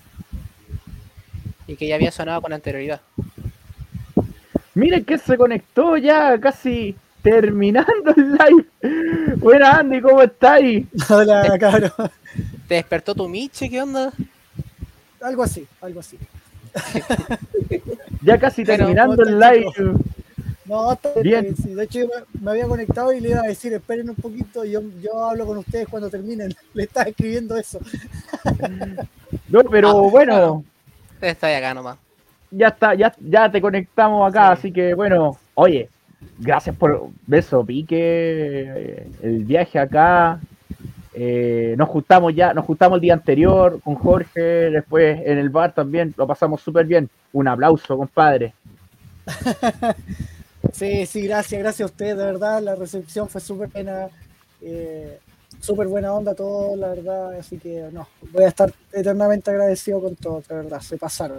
y que ya había sonado con anterioridad. Miren que se conectó ya casi terminando el live. Buena, Andy, ¿cómo estáis? Hola, cabrón. ¿Te despertó tu Miche? ¿Qué onda? Algo así. Ya casi terminando el live. No, está bien. Sí. De hecho, yo me había conectado y le iba a decir, esperen un poquito, yo hablo con ustedes cuando terminen. Le estaba escribiendo eso. No, pero bueno. Estoy acá nomás. Ya está, ya te conectamos acá, sí. Así que bueno, oye, gracias por eso, Pique, el viaje acá. Nos juntamos el día anterior con Jorge, después en el bar también, lo pasamos súper bien. Un aplauso, compadre. Sí, gracias a ustedes, de verdad, la recepción fue súper buena, súper buena onda todo, la verdad, así que no, voy a estar eternamente agradecido con todo, de verdad, se pasaron.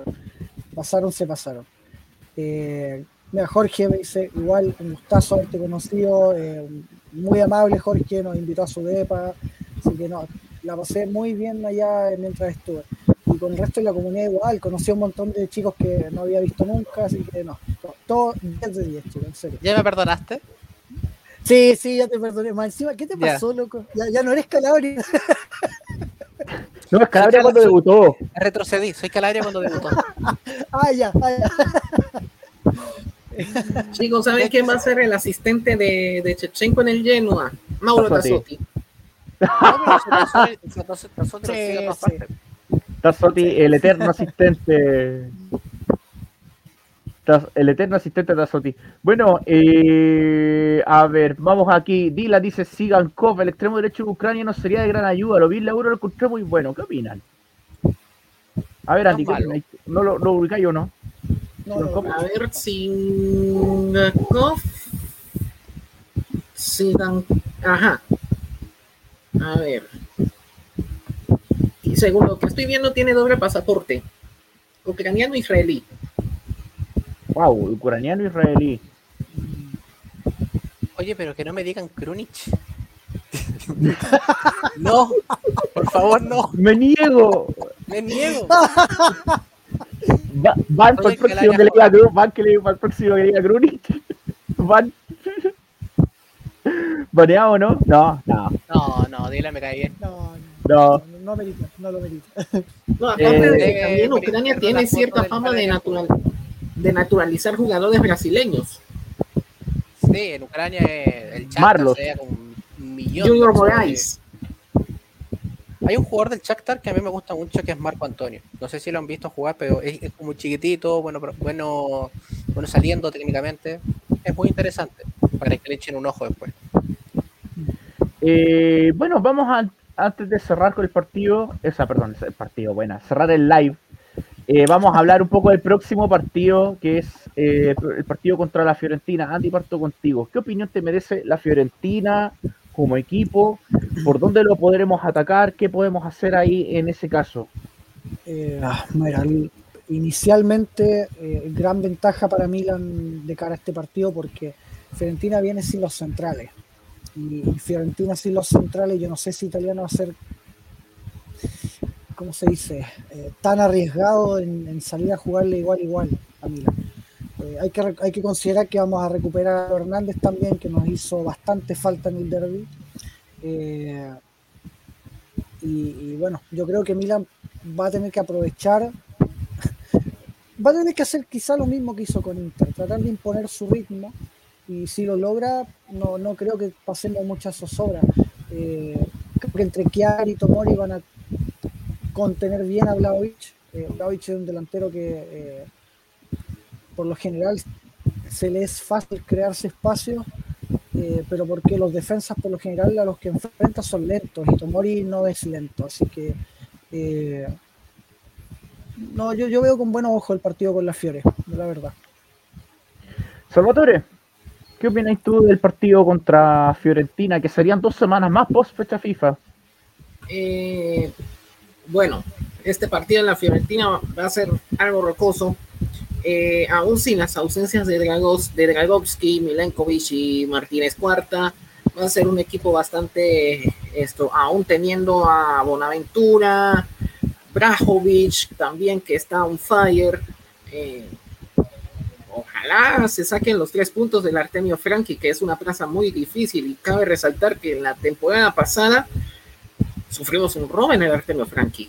Mira, Jorge me dice, igual, un gustazo haberte conocido, muy amable Jorge, nos invitó a su depa, así que no, la pasé muy bien allá mientras estuve. Y con el resto de la comunidad igual, conocí a un montón de chicos que no había visto nunca, así que no, Todo 10 de 10, chicos, en serio. ¿Ya me perdonaste? Sí, ya te perdoné. Más encima, ¿qué te pasó, loco? Ya no eres Calabria. No, es Calabria cuando soy- debutó. Retrocedí, soy Calabria cuando debutó. Ya. Chicos, ¿saben quién va a ser el asistente de Shevchenko en el Genoa? Mauro Tassotti. Tassotti. Sí. Tassotti, el eterno asistente. El eterno asistente de Tassotti. Bueno, a ver, vamos aquí. Dila dice: Sigankov, el extremo derecho de Ucrania, no sería de gran ayuda. Lo vi en la Euro, lo encontré muy bueno. ¿Qué opinan? A ver, Andy, ¿qué opináis? ¿No lo ubicáis o no? No, A ver, Sigankov. Ajá. A ver. Y según lo que estoy viendo, tiene doble pasaporte. Ucraniano e israelí. Wow, ucraniano israelí. Oye, pero que no me digan Krunic. No, por favor, no. ¡Me niego! Me niego. Van por el próximo que le diga Krunic. Van que le diga el próximo que le diga Krunic. Van. ¿Baneado o no? No, dile me cae bien. No merita, no lo merita. No, aparte de que también Ucrania tiene cierta fama de naturalizar jugadores brasileños. Sí, en Ucrania el Marlos. Shakhtar sea con un millón. Junior Moraes. Hay un jugador del Shakhtar que a mí me gusta mucho, que es Marco Antonio. No sé si lo han visto jugar, pero es como chiquitito, bueno saliendo técnicamente. Es muy interesante, para que le echen un ojo después. Bueno, antes de cerrar con el partido, cerrar el live, vamos a hablar un poco del próximo partido, que es el partido contra la Fiorentina. Andy, parto contigo. ¿Qué opinión te merece la Fiorentina como equipo? ¿Por dónde lo podremos atacar? ¿Qué podemos hacer ahí en ese caso? Mira, inicialmente gran ventaja para Milan de cara a este partido, porque Fiorentina viene sin los centrales. Y Fiorentina sin los centrales, yo no sé si Italiano va a ser, ¿cómo se dice? Tan arriesgado en salir a jugarle igual a Milan. Hay que considerar que vamos a recuperar a Hernández también, que nos hizo bastante falta en el derby. Y bueno, yo creo que Milan va a tener que aprovechar, va a tener que hacer quizá lo mismo que hizo con Inter, tratar de imponer su ritmo, y si lo logra, no creo que pasemos muchas zozobras. Creo que entre Chiari y Tomori van a contener bien a Vlahovic. Vlahovic es un delantero que por lo general se le es fácil crearse espacios, pero porque los defensas por lo general a los que enfrenta son lentos, y Tomori no es lento, así que yo veo con buenos ojos el partido con la Fiore, la verdad. Salvatore, ¿qué opinas tú del partido contra Fiorentina, que serían 2 semanas más post fecha FIFA? Bueno, este partido en la Fiorentina va a ser algo rocoso, aún sin las ausencias de Dragovski, Milenkovic y Martínez Cuarta. Va a ser un equipo bastante aún teniendo a Bonaventura, Brajovic también, que está on fire. Ojalá se saquen los 3 puntos del Artemio Franchi, que es una plaza muy difícil, y cabe resaltar que en la temporada pasada sufrimos un robo en el Artemio Franchi.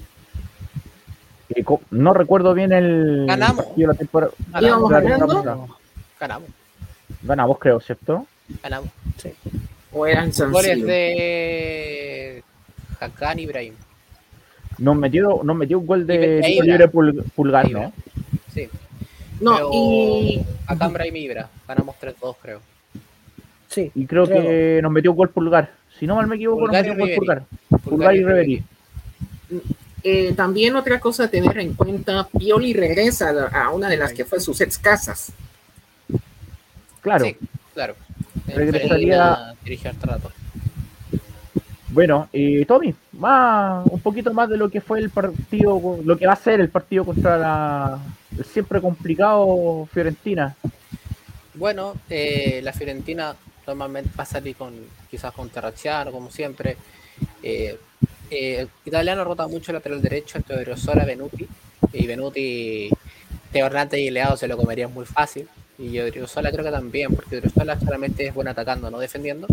No recuerdo bien el Ganamos. partido de la temporada. ¿Íbamos ganando? Ganamos, creo, ¿cierto? Ganamos. Sí. O eran goles de Hakan Ibrahim. Nos metió un gol de libre Pulgar, ¿no? Sí. No, pero y Hakan Ibrahim Ibra. Ganamos 3-2, creo. Sí. Y creo que nos metió un gol Pulgar. Si no mal me equivoco, nos metió un gol Pulgar. Pulgar y Ribery. También otra cosa a tener en cuenta, Pioli regresa a una de las que fue sus ex casas. Claro. Sí, claro. Regresaría. Dirigir este rato. Bueno, Tommy, un poquito más de lo que fue el partido, lo que va a ser el partido contra el siempre complicado Fiorentina. Bueno, la Fiorentina normalmente va a salir quizás con Terracciano, como siempre. Italiano rota mucho el lateral derecho entre Odriozola y Venuti. Y Venuti, Teo Hernández y Leao se lo comerían muy fácil. y yo Odriozola creo que también, porque Odriozola claramente es bueno atacando, no defendiendo.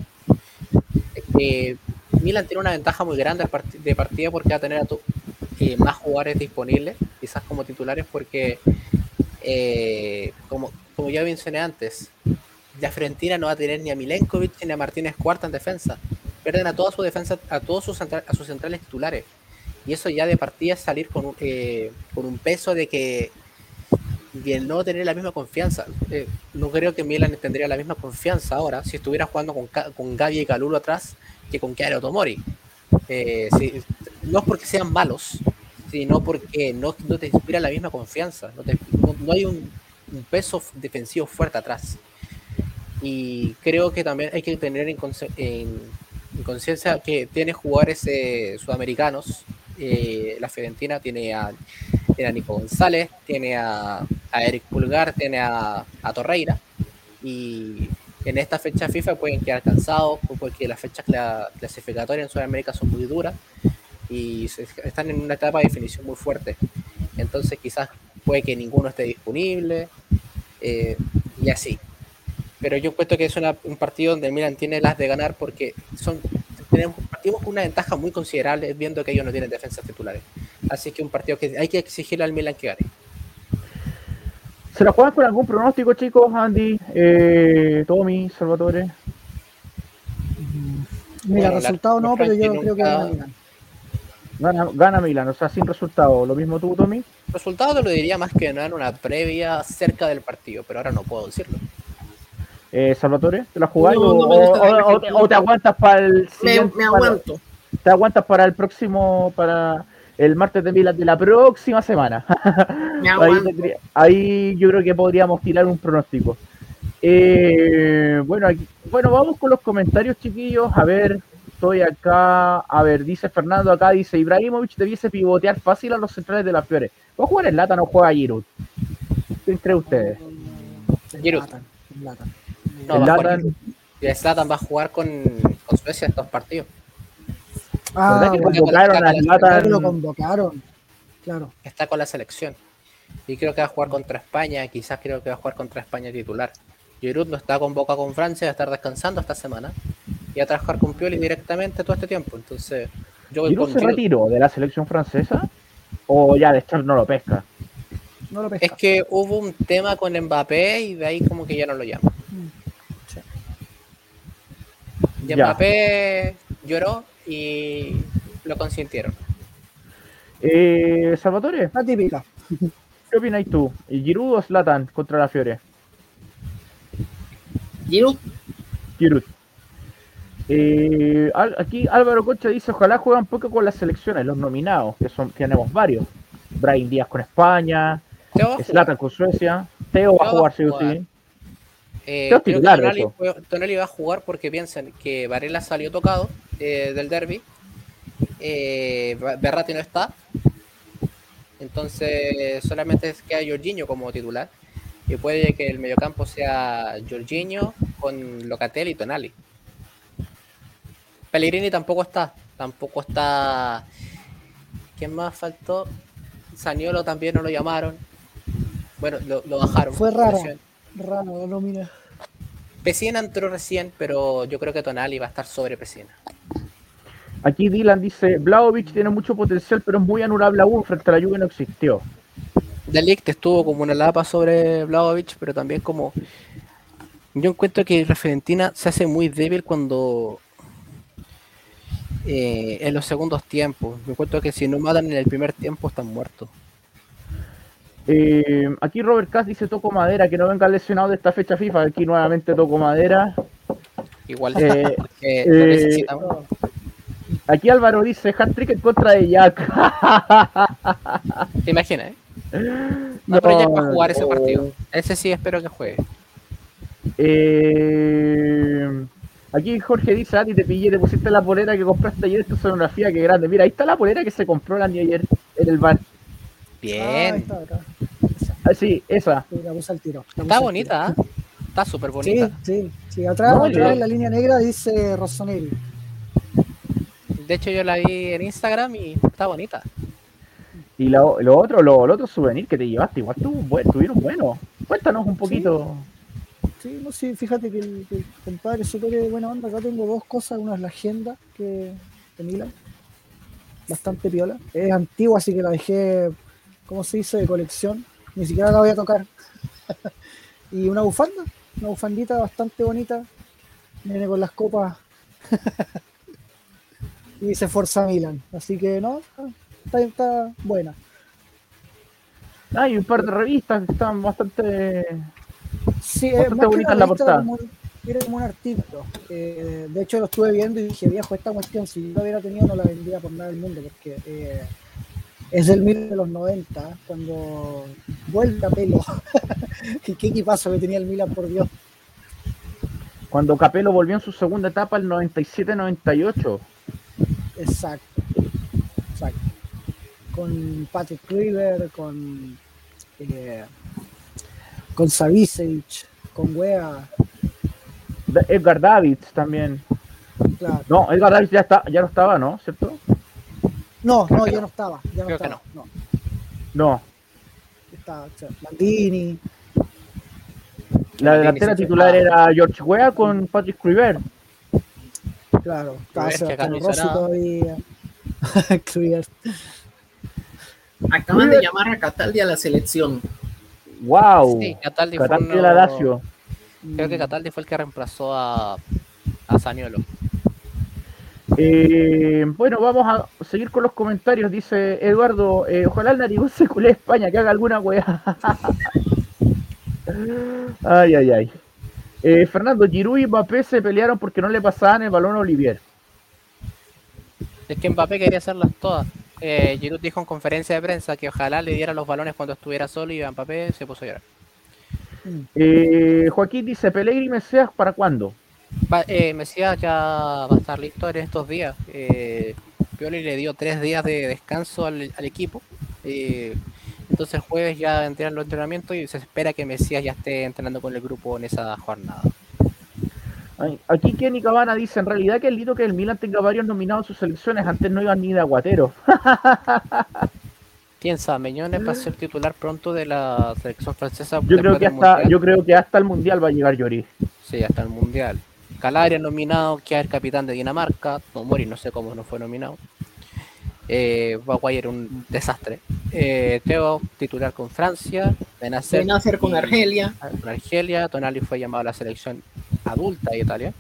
Milan tiene una ventaja muy grande de partida porque va a tener más jugadores disponibles, quizás como titulares, porque como ya mencioné antes, la Fiorentina no va a tener ni a Milenkovic ni a Martínez Cuarta en defensa. Pierden a toda su defensa, a todos sus centrales titulares. Y eso ya de partida es salir con un peso de que y el no tener la misma confianza. No creo que Milan tendría la misma confianza ahora si estuviera jugando con Gavi y Calulo atrás que con Chiara Tomori. No es porque sean malos, sino porque no te inspira la misma confianza. No hay un peso defensivo fuerte atrás. Y creo que también hay que tener en conciencia que tiene jugadores sudamericanos. La Fiorentina tiene a Nico González, tiene a Eric Pulgar, tiene a Torreira, y en esta fecha FIFA pueden quedar cansados porque las fechas clasificatorias en Sudamérica son muy duras y están en una etapa de definición muy fuerte. Entonces quizás puede que ninguno esté disponible y así. Pero yo encuentro que es un partido donde Milan tiene las de ganar porque partimos con una ventaja muy considerable viendo que ellos no tienen defensas titulares. Así que un partido que hay que exigirle al Milan que gane. ¿Se la juegan con algún pronóstico, chicos? Andy, Tommy, Salvatore. Mira, bueno, resultado no, pero yo creo que gana Milan. Gana Milan, o sea, sin resultado. ¿Lo mismo tú, Tommy? Resultado te lo diría más que no en una previa cerca del partido, pero ahora no puedo decirlo. Salvatore, ¿te la jugás o te aguantas para el siguiente? Me aguanto. ¿Te aguantas para el próximo, para el martes de Milan de la próxima semana? Ahí yo creo que podríamos tirar un pronóstico. Bueno, vamos con los comentarios, chiquillos. A ver, estoy acá. A ver, dice Fernando acá, dice Ibrahimovic debiese pivotear fácil a los centrales de las Fiore. ¿Va a jugar en Lata o juega Giroud? ¿Quién cree ustedes? Giroud. No, Zlatan va a jugar con Suecia estos partidos. ¿Verdad que convocaron a Zlatan? Lo convocaron, claro. Está con la selección. Y creo que va a jugar contra España. Quizás creo que va a jugar contra España titular. Giroud no está convocado con Francia, va a estar descansando esta semana. Y va a trabajar con Pioli directamente todo este tiempo. Entonces, ¿Giroud se retiró de la selección francesa? ¿O ya de estar no lo pesca? No lo pesca. Es que hubo un tema con Mbappé y de ahí como que ya no lo llama. Y Mbappé lloró y lo consintieron. Salvatore, la típica. ¿Qué opináis tú? ¿Giroud o Zlatan contra la Fiore? Giroud. Aquí Álvaro Concha dice, ojalá juegan poco con las selecciones, los nominados, que tenemos varios. Brahim Díaz con España, Zlatan con Suecia, Teo va a jugar sí o sí. Creo que Tonali va a jugar porque piensan que Varela salió tocado del derbi, Berratti no está, entonces solamente queda Jorginho como titular y puede que el mediocampo sea Jorginho con Locatelli y Tonali. Pellegrini tampoco está. ¿Quién más faltó? Zaniolo también no lo llamaron. Bueno, lo bajaron. Fue raro la nómina. Pessina entró recién, pero yo creo que Tonali va a estar sobre Pessina. Aquí Dylan dice, Vlahovic tiene mucho potencial, pero es muy anulable aún, frente a la Juve no existió. De Ligt estuvo como una lapa sobre Vlahovic, pero también como... Yo encuentro que la Fiorentina se hace muy débil cuando... en los segundos tiempos. Yo encuentro que si no matan en el primer tiempo están muertos. Aquí Robert Cass dice toco madera, que no venga lesionado de esta fecha FIFA. Aquí nuevamente toco madera. Igual lo necesitamos. Aquí Álvaro dice hat-trick en contra de Jack. ¿Te imaginas? No, pero Jack va a jugar ese partido. Ese sí espero que juegue. Aquí Jorge dice, a ti te pillé, te pusiste la polera que compraste ayer, esto es sonografía, que grande. Mira, ahí está la polera que se compró la niña ayer en el bar. Bien. Sí, esa. Sí, la puse al tiro. Está bonita, ¿eh? Está súper bonita. Sí. Atrás en la línea negra dice Rossoneri. De hecho, yo la vi en Instagram y está bonita. Y lo otro souvenir que te llevaste, igual estuvieron buenos. Cuéntanos un poquito. Sí, no sé, fíjate que el compadre es súper buena onda. Acá tengo dos cosas, una es la agenda de Milan, bastante piola. Es antigua, así que la dejé, ¿cómo se dice?, de colección. Ni siquiera la voy a tocar. Y una bufandita bastante bonita. Viene con las copas y dice Forza Milan. Así que no, está buena. Hay un par de revistas que están bastante Sí, bonitas más que una la revista portada. era como un artículo. De hecho lo estuve viendo y dije, viejo, esta cuestión, si yo la hubiera tenido no la vendría por nada del mundo, porque es del 1990, cuando vuelve a pelo. Y qué equipazo que tenía el Milan, por Dios. Cuando Capello volvió en su segunda etapa, el 97-98. Exacto. Con Patrick Kluivert, con Savicevic, con Wea, Edgar Davids también. claro. No, Edgar Davids ya no estaba, ¿no? ¿Cierto? No, Creo que ya no. no estaba. Creo que no. No. Estaba, o sea, Maldini. La delantera titular era George Weah con Patrick Kluivert. Claro, estaba Kluivert, que acá Sebastián no hizo Rossi nada. todavía. Kluivert. Acaban de llamar a Cataldi a la selección. ¡Wow! Sí, Cataldi Cataldi fue de la Lazio. Creo que Cataldi fue el que reemplazó a Zaniolo. Bueno, vamos a seguir con los comentarios. Dice Eduardo, ojalá el narigón se culé a España, que haga alguna weá. Ay. Fernando, Giroud y Mbappé se pelearon porque no le pasaban el balón a Olivier. Es que Mbappé quería hacerlas todas. Giroud dijo en conferencia de prensa que ojalá le diera los balones cuando estuviera solo y Mbappé se puso a llorar. Joaquín dice, Pellegrini Mesías, ¿para cuándo? Mesías ya va a estar listo en estos días. Pioli le dio 3 días de descanso al equipo. Entonces el jueves ya vendrán los entrenamientos y se espera que Mesías ya esté entrenando con el grupo en esa jornada. Aquí Kenny Cabana dice, en realidad que es lindo que el Milan tenga varios nominados en sus selecciones, antes no iban ni de aguatero. Piensa, Meñones va a ser titular pronto de la selección francesa. Yo creo que hasta el Mundial va a llegar Lloris. Sí, hasta el Mundial. Calabria nominado, que es el capitán de Dinamarca. Tomori no sé cómo no fue nominado. Maguire un desastre. Teo titular con Francia. Benacer con Argelia. Con Argelia. Tonali fue llamado a la selección adulta de Italia.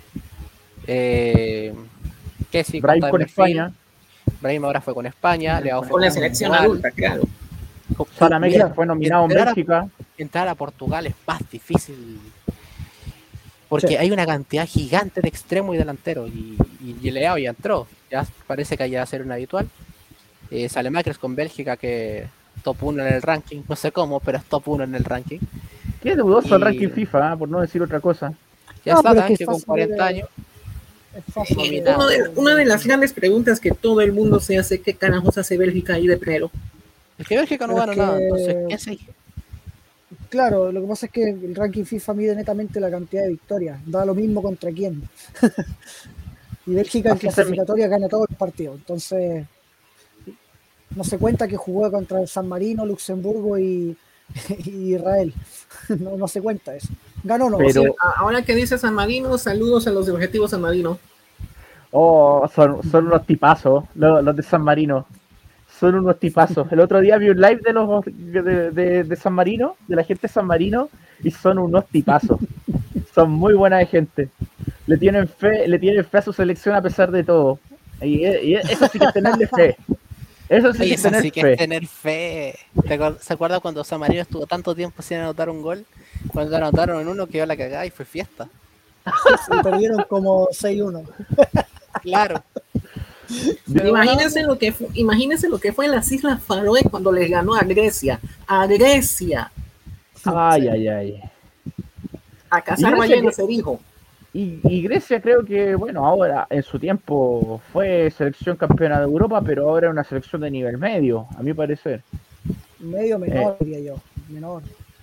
Que sí, Brahim con España. Brahim ahora fue con España. Con la selección adulta, claro. Salameque fue nominado en Bélgica. Entrar a Portugal es más difícil porque hay una cantidad gigante de extremos y delanteros y Leao ya entró, ya parece que ya va a ser un habitual. Salamakers con Bélgica, que top 1 en el ranking, no sé cómo, pero es top 1 en el ranking. Qué dudoso el ranking FIFA, por no decir otra cosa. Ya está Tanque con 40 años. Una de las grandes preguntas que todo el mundo se hace, ¿qué carajos hace Bélgica ahí de primero? Es que Bélgica no gana nada, entonces, ¿qué hace? Claro, lo que pasa es que el ranking FIFA mide netamente la cantidad de victorias, da lo mismo contra quién. Y Bélgica en clasificatoria gana todos los partidos, entonces no se cuenta que jugó contra el San Marino, Luxemburgo y Israel. No se cuenta eso. Ganó no. Pero ahora que dice San Marino, saludos a los de Objetivo San Marino. Oh, son unos tipazos los de San Marino. Son unos tipazos. El otro día vi un live de los de San Marino, de la gente de San Marino, y son unos tipazos. Son muy buena gente. Le tienen fe a su selección a pesar de todo. Y eso sí que es tenerle fe. Eso sí, que es tener fe. ¿Se acuerda cuando San Marino estuvo tanto tiempo sin anotar un gol? Cuando anotaron en uno quedó la cagada y fue fiesta. Y perdieron como 6-1. Claro. Imagínense lo que fue en las Islas Faroe cuando les ganó a Grecia. Ay. A cazar ballenas se dijo. Y Grecia creo que, bueno, ahora en su tiempo fue selección campeona de Europa, pero ahora es una selección de nivel medio, a mi parecer. Medio menor, diría yo. Menor.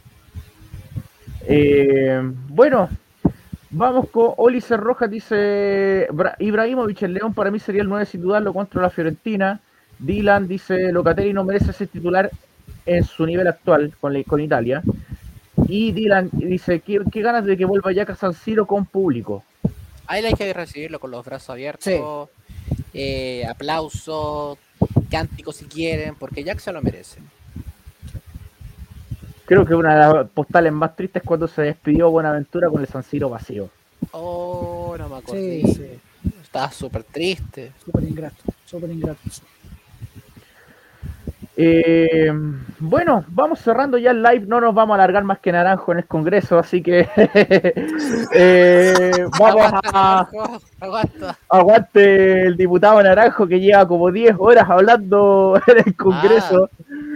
Bueno, vamos con Oliver Rojas, dice Ibrahimovic, el León para mí sería el 9 sin dudarlo contra la Fiorentina. Dylan dice, Locatelli no merece ser titular en su nivel actual con Italia. Y Dylan dice, ¿qué ganas de que vuelva ya a San Siro con público? Ahí hay que recibirlo con los brazos abiertos, aplausos, cánticos si quieren, porque Jack se lo merece. Creo que una de las postales más tristes es cuando se despidió Buenaventura con el San Siro vacío. Oh, no me acordé. Sí. Estaba súper triste. Súper ingrato, súper ingrato. Bueno, vamos cerrando ya el live, no nos vamos a alargar más que Naranjo en el Congreso, así que vamos Aguanta. Aguante el diputado Naranjo que lleva como 10 horas hablando en el Congreso.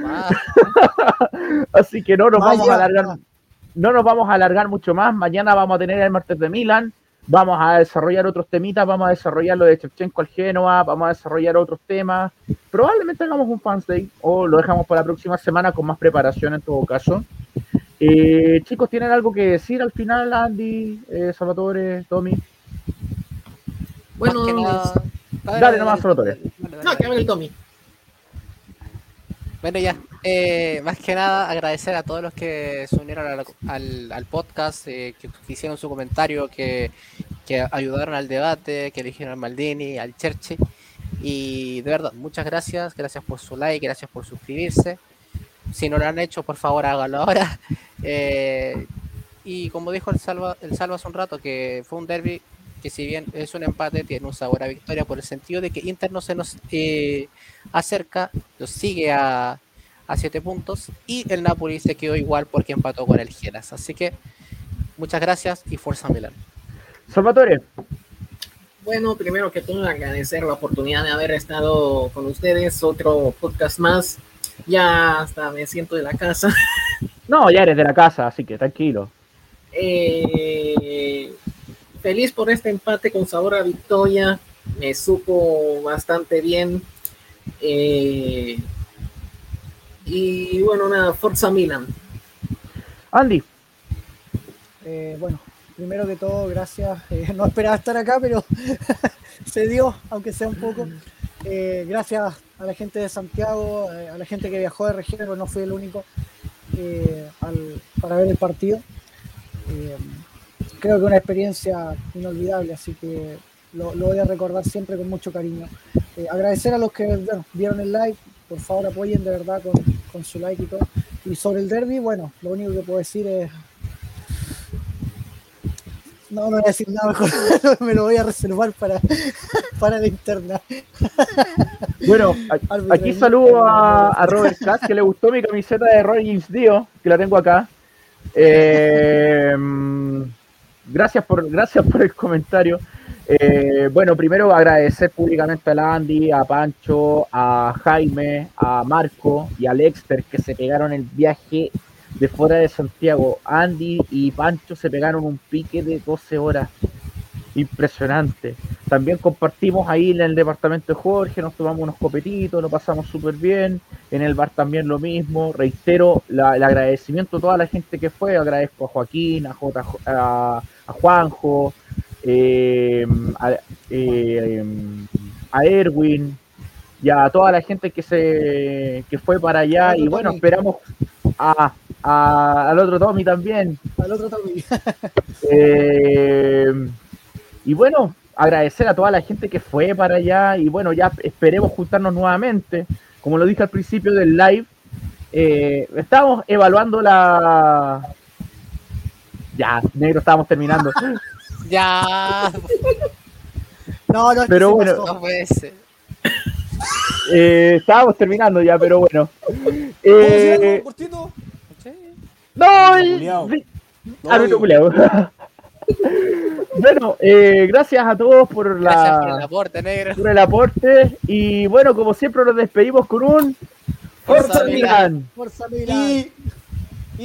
Así que no nos vamos a alargar mucho más. Mañana vamos a tener el martes de Milan. Vamos a desarrollar otros temitas, vamos a desarrollar lo de Shevchenko al Genoa, vamos a desarrollar otros temas. Probablemente hagamos un Fans Day o lo dejamos para la próxima semana con más preparación en todo caso. Chicos, ¿tienen algo que decir al final, Andy, Salvatore, Tommy? Bueno, dale nomás, Salvatore. No, que hable el Tommy. Bueno, ya, más que nada agradecer a todos los que se unieron al podcast, que hicieron su comentario, que ayudaron al debate, que eligieron al Maldini, al Cherchi, y de verdad, muchas gracias por su like, gracias por suscribirse. Si no lo han hecho, por favor háganlo ahora. Y como dijo el Salva hace un rato, que fue un derbi que si bien es un empate, tiene un sabor a victoria por el sentido de que Inter no se nos acerca, nos sigue a 7 puntos y el Napoli se quedó igual porque empató con el Gelas. Así que muchas gracias y Forza Milán. Salvatore. Bueno, primero que todo agradecer la oportunidad de haber estado con ustedes, otro podcast más. Ya hasta me siento de la casa. No, ya eres de la casa, así que tranquilo. Feliz por este empate con sabor a victoria. Me supo bastante bien. Y bueno, nada, Forza Milan. Andy. Bueno, primero que todo, gracias. No esperaba estar acá, pero se dio, aunque sea un poco. Gracias a la gente de Santiago, a la gente que viajó de región, pero no fui el único para ver el partido. Creo que una experiencia inolvidable, así que lo voy a recordar siempre con mucho cariño. Agradecer a los que vieron el live, por favor apoyen de verdad con su like y todo. Y sobre el derbi, bueno, lo único que puedo decir es... No voy a decir nada mejor, me lo voy a reservar para la interna. Bueno, aquí saludo a Robert Katz, que le gustó mi camiseta de Roy James Dio, que la tengo acá. Gracias por el comentario. Bueno, primero agradecer públicamente a la Andy, a Pancho, a Jaime, a Marco y a Lexter que se pegaron el viaje de fuera de Santiago. Andy y Pancho se pegaron un pique de 12 horas. Impresionante. También compartimos ahí en el departamento de Jorge, nos tomamos unos copetitos, lo pasamos súper bien. En el bar también lo mismo. Reitero el agradecimiento a toda la gente que fue. Agradezco a Joaquín, a Juanjo, a Erwin y a toda la gente que fue para allá. Y bueno, esperamos al otro Tommy también. Al otro Tommy. Y bueno, agradecer a toda la gente que fue para allá y bueno, ya esperemos juntarnos nuevamente. Como lo dije al principio del live, estábamos evaluando Ya, negro, estábamos terminando. Ya. No, pero bueno. No puede ser. Estábamos terminando ya, pero bueno. ¿Cortito? No, bueno, gracias a todos por el aporte, negro. Por el aporte. Y bueno, como siempre nos despedimos con un Forza Milán. Forza Milán.